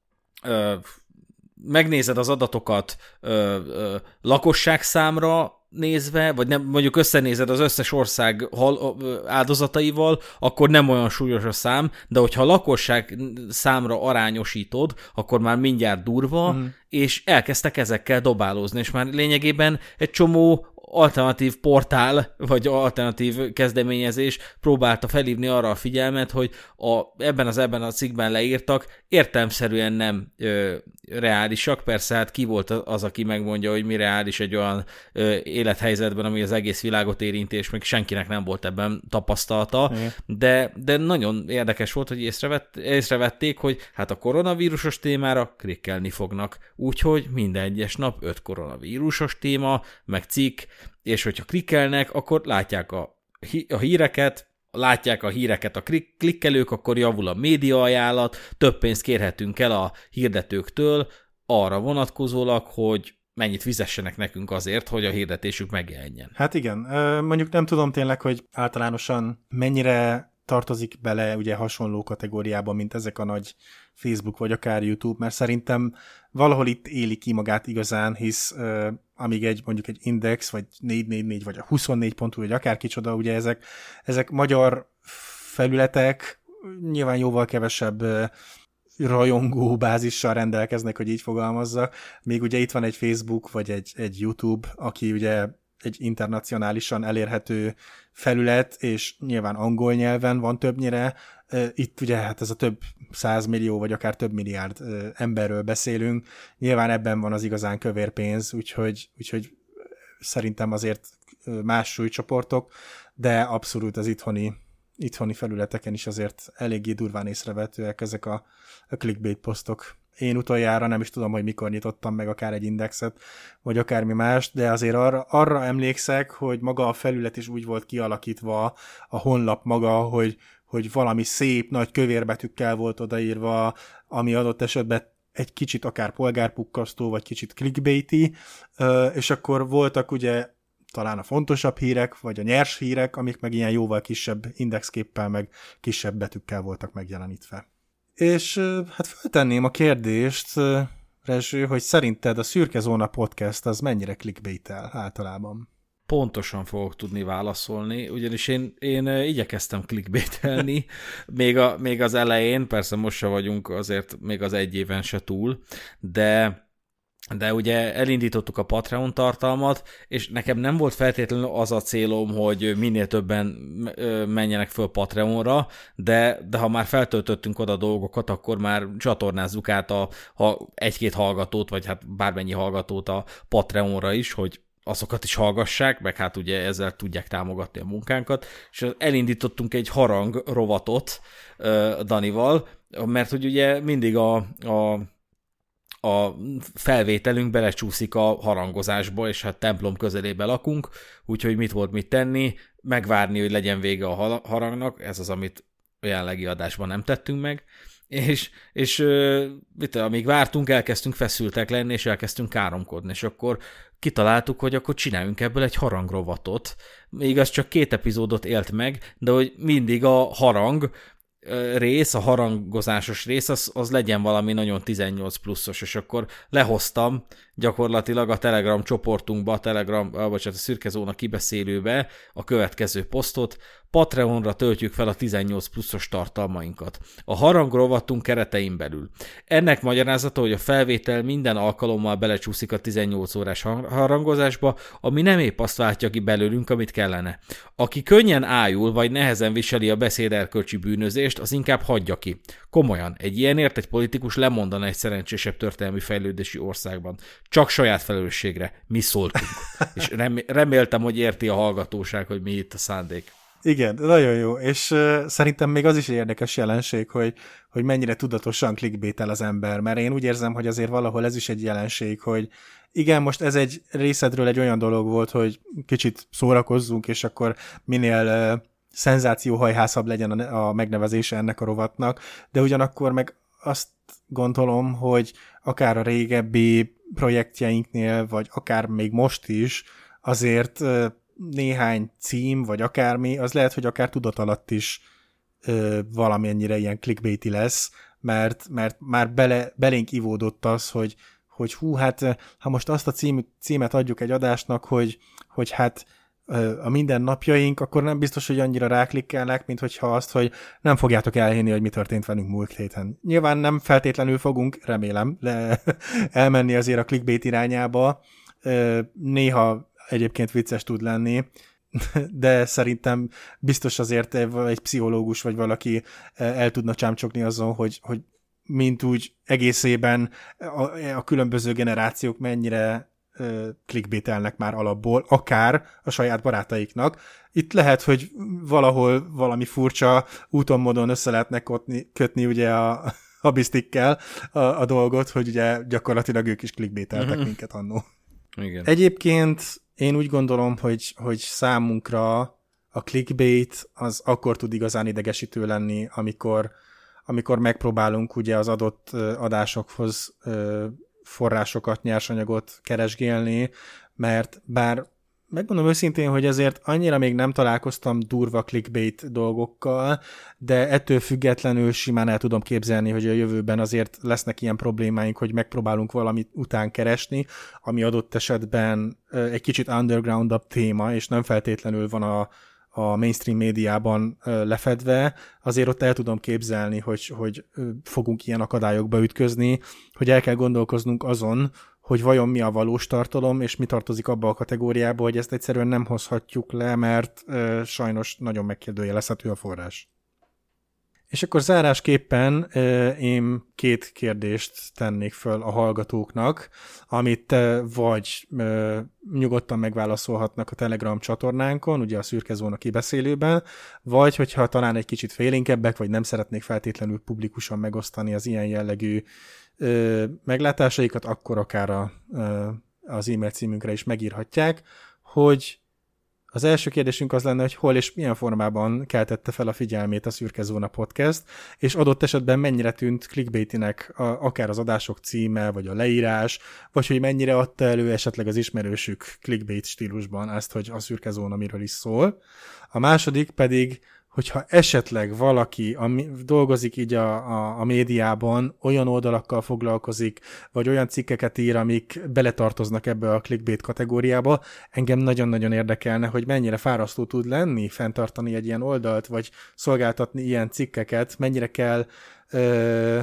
ö, megnézed az adatokat ö, ö, lakosságszámra nézve, vagy nem, mondjuk összenézed az összes ország hal, ö, áldozataival, akkor nem olyan súlyos a szám, de hogyha a lakosság számra arányosítod, akkor már mindjárt durva, mm. és elkezdtek ezekkel dobálózni, és már lényegében egy csomó alternatív portál, vagy alternatív kezdeményezés próbálta felhívni arra a figyelmet, hogy a, ebben az ebben a cikkben leírtak, értelemszerűen nem ö, reálisak. Persze hát ki volt az, aki megmondja, hogy mi reális egy olyan ö, élethelyzetben, ami az egész világot érinti, és még senkinek nem volt ebben tapasztalata, de, de nagyon érdekes volt, hogy észrevett, észrevették, hogy hát a koronavírusos témára klikkelni fognak. Úgyhogy minden egyes nap öt koronavírusos téma, meg cikk, és hogyha klikkelnek, akkor látják a, a híreket, látják a híreket a klikkelők, akkor javul a média ajánlat, több pénzt kérhetünk el a hirdetőktől arra vonatkozólag, hogy mennyit fizessenek nekünk azért, hogy a hirdetésük megjelenjen. Hát igen, mondjuk nem tudom tényleg, hogy általánosan mennyire tartozik bele ugye hasonló kategóriába, mint ezek a nagy Facebook vagy akár YouTube, mert szerintem valahol itt éli ki magát igazán, hisz uh, amíg egy mondjuk egy Index, vagy négy négy négy, vagy a huszonnégy pont hu, vagy akár kicsoda, ugye ezek, ezek magyar felületek, nyilván jóval kevesebb uh, rajongó bázissal rendelkeznek, hogy így fogalmazzak. Még ugye itt van egy Facebook, vagy egy, egy YouTube, aki ugye egy internacionálisan elérhető felület, és nyilván angol nyelven van többnyire. Itt ugye hát ez a több százmillió, vagy akár több milliárd emberről beszélünk. Nyilván ebben van az igazán kövér pénz, úgyhogy, úgyhogy szerintem azért más súlycsoportok, de abszolút az itthoni, itthoni felületeken is azért eléggé durván észrevetőek ezek a, a clickbait posztok. Én utoljára nem is tudom, hogy mikor nyitottam meg akár egy Indexet, vagy akármi más, de azért arra, arra emlékszek, hogy maga a felület is úgy volt kialakítva, a honlap maga, hogy, hogy valami szép nagy kövérbetűkkel volt odaírva, ami adott esetben egy kicsit akár polgárpukkasztó, vagy kicsit clickbaity, és akkor voltak ugye talán a fontosabb hírek, vagy a nyers hírek, amik meg ilyen jóval kisebb indexképpel, meg kisebb betűkkel voltak megjelenítve. És hát föltenném a kérdést, Rezső, hogy szerinted a Szürke Zóna podcast az mennyire clickbait-el általában? Pontosan fogok tudni válaszolni, ugyanis én, én igyekeztem clickbait-elni, még, a, még az elején, persze most se vagyunk azért még az egy éven se túl, de de ugye elindítottuk a Patreon tartalmat, és nekem nem volt feltétlenül az a célom, hogy minél többen menjenek föl Patreonra, de, de ha már feltöltöttünk oda dolgokat, akkor már csatornázzuk át a, a egy-két hallgatót, vagy hát bármennyi hallgatót a Patreonra is, hogy azokat is hallgassák, meg hát ugye ezzel tudják támogatni a munkánkat, és elindítottunk egy harang rovatot uh, Danival, mert hogy ugye mindig a, a a felvételünk belecsúszik a harangozásba, és hát templom közelében lakunk, úgyhogy mit volt mit tenni, megvárni, hogy legyen vége a harangnak, ez az, amit a jelenlegi adásban nem tettünk meg, és, és mit, amíg vártunk, elkezdtünk feszültek lenni, és elkezdtünk káromkodni, és akkor kitaláltuk, hogy akkor csináljunk ebből egy harangrovatot. Még az csak két epizódot élt meg, de hogy mindig a harang rész, a harangozásos rész, az, az legyen valami nagyon tizennyolc pluszos, és akkor lehoztam gyakorlatilag a Telegram csoportunkba, a Telegram, vagy a Szürke Zóna kibeszélőbe a következő posztot, Patreonra töltjük fel a tizennyolc pluszos tartalmainkat. A harangrovatunk keretein belül. Ennek magyarázata, hogy a felvétel minden alkalommal belecsúszik a tizennyolc órás harangozásba, ami nem épp azt váltja ki belőlünk, amit kellene. Aki könnyen ájul, vagy nehezen viseli a beszéderkölcsi bűnözést, az inkább hagyja ki. Komolyan, egy ilyenért egy politikus lemondana egy szerencsésebb történelmi fejlődési országban. Csak saját felelősségre. Mi szóltunk. És reméltem, hogy érti a hallgatóság, hogy mi itt a szándék. Igen, nagyon jó, és uh, szerintem még az is egy érdekes jelenség, hogy, hogy mennyire tudatosan clickbaitel az ember, mert én úgy érzem, hogy azért valahol ez is egy jelenség, hogy igen, most ez egy részedről egy olyan dolog volt, hogy kicsit szórakozzunk, és akkor minél uh, szenzációhajhászabb legyen a, a megnevezése ennek a rovatnak, de ugyanakkor meg azt gondolom, hogy akár a régebbi projektjeinknél, vagy akár még most is, azért uh, néhány cím, vagy akármi, az lehet, hogy akár tudat alatt is ö, valamennyire ilyen clickbaity lesz, mert, mert már bele, belénk ivódott az, hogy, hogy hú, hát ha most azt a cím, címet adjuk egy adásnak, hogy, hogy hát ö, a mindennapjaink, akkor nem biztos, hogy annyira ráklikkelnek, mint hogyha azt, hogy nem fogjátok elhinni, hogy mi történt velünk múlt héten. Nyilván nem feltétlenül fogunk, remélem, le, elmenni azért a clickbait irányába. Ö, néha egyébként vicces tud lenni, de szerintem biztos azért egy pszichológus vagy valaki el tudna csámcsogni azon, hogy, hogy mint úgy egészében a, a különböző generációk mennyire clickbaitelnek már alapból, akár a saját barátaiknak. Itt lehet, hogy valahol valami furcsa úton módon össze lehetne kötni, kötni ugye a, a biztikkel a, a dolgot, hogy ugye gyakorlatilag ők is clickbaiteltek mm-hmm. minket annó. Igen. Egyébként én úgy gondolom, hogy, hogy számunkra a clickbait az akkor tud igazán idegesítő lenni, amikor, amikor megpróbálunk ugye az adott adásokhoz forrásokat, nyersanyagot keresgélni, mert bár megmondom őszintén, hogy ezért annyira még nem találkoztam durva clickbait dolgokkal, de ettől függetlenül simán el tudom képzelni, hogy a jövőben azért lesznek ilyen problémáink, hogy megpróbálunk valamit után keresni, ami adott esetben egy kicsit underground-abb téma, és nem feltétlenül van a, a mainstream médiában lefedve, azért ott el tudom képzelni, hogy, hogy fogunk ilyen akadályokba ütközni, hogy el kell gondolkoznunk azon, hogy vajon mi a valós tartalom, és mi tartozik abba a kategóriába, hogy ezt egyszerűen nem hozhatjuk le, mert ö, sajnos nagyon megkérdőjelezhető a forrás. És akkor zárásképpen ö, én két kérdést tennék föl a hallgatóknak, amit ö, vagy ö, nyugodtan megválaszolhatnak a Telegram csatornánkon, ugye a Szürke Zóna kibeszélőben, vagy hogyha talán egy kicsit félénkebbek, vagy nem szeretnék feltétlenül publikusan megosztani az ilyen jellegű Ö, meglátásaikat, akkor akár a, ö, az e-mail címünkre is megírhatják, hogy az első kérdésünk az lenne, hogy hol és milyen formában keltette fel a figyelmét a Szürke Zóna podcast, és adott esetben mennyire tűnt clickbaitinek a, akár az adások címe, vagy a leírás, vagy hogy mennyire adta elő esetleg az ismerősük clickbait stílusban ezt, hogy a Szürke Zóna miről is szól. A második pedig, hogyha esetleg valaki ami dolgozik így a, a, a médiában, olyan oldalakkal foglalkozik, vagy olyan cikkeket ír, amik beletartoznak ebbe a clickbait kategóriába, engem nagyon-nagyon érdekelne, hogy mennyire fárasztó tud lenni fenntartani egy ilyen oldalt, vagy szolgáltatni ilyen cikkeket, mennyire kell ö,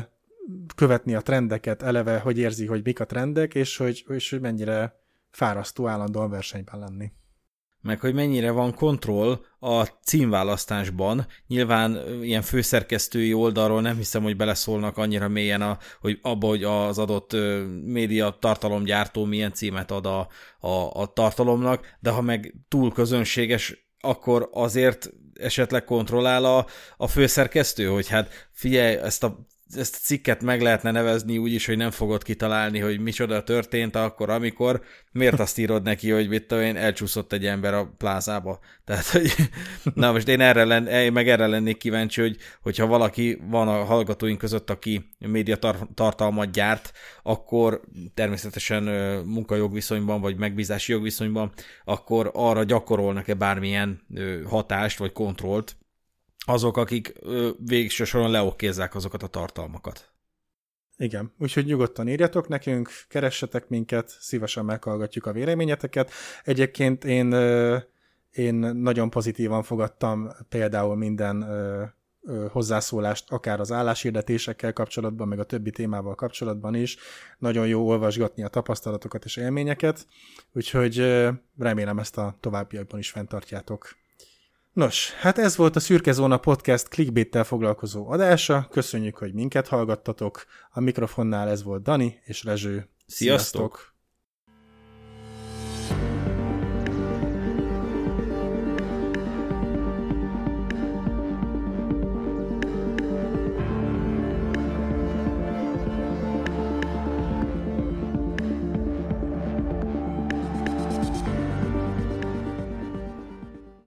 követni a trendeket, eleve, hogy érzi, hogy mik a trendek, és hogy, és hogy mennyire fárasztó állandóan versenyben lenni. Meg hogy mennyire van kontroll a címválasztásban. Nyilván ilyen főszerkesztői oldalról nem hiszem, hogy beleszólnak annyira mélyen a, hogy abba, hogy az adott média tartalomgyártó milyen címet ad a, a, a tartalomnak, de ha meg túl közönséges, akkor azért esetleg kontrollál a, a főszerkesztő, hogy hát figyelj, ezt a ezt a cikket meg lehetne nevezni úgy is, hogy nem fogod kitalálni, hogy micsoda történt akkor, amikor, miért azt írod neki, hogy mit tudom én, elcsúszott egy ember a plázába. Tehát, hogy na most én, erre len, én meg erre lennék kíváncsi, hogy, hogyha valaki van a hallgatóink között, aki média tar- tartalmat gyárt, akkor természetesen munkajogviszonyban, vagy megbízási jogviszonyban, akkor arra gyakorolnak-e bármilyen hatást, vagy kontrollt, azok, akik ö, végső soron leokézzák azokat a tartalmakat. Igen, úgyhogy nyugodtan írjatok nekünk, keressetek minket, szívesen meghallgatjuk a véleményeteket. Egyébként én, ö, én nagyon pozitívan fogadtam például minden ö, ö, hozzászólást, akár az álláshirdetésekkel kapcsolatban, meg a többi témával kapcsolatban is. Nagyon jó olvasgatni a tapasztalatokat és élményeket, úgyhogy ö, remélem ezt a továbbiakban is fenntartjátok. Nos, hát ez volt a Szürke Zóna Podcast clickbait-tel foglalkozó adása. Köszönjük, hogy minket hallgattatok. A mikrofonnál ez volt Dani és Rezső. Sziasztok! Sziasztok.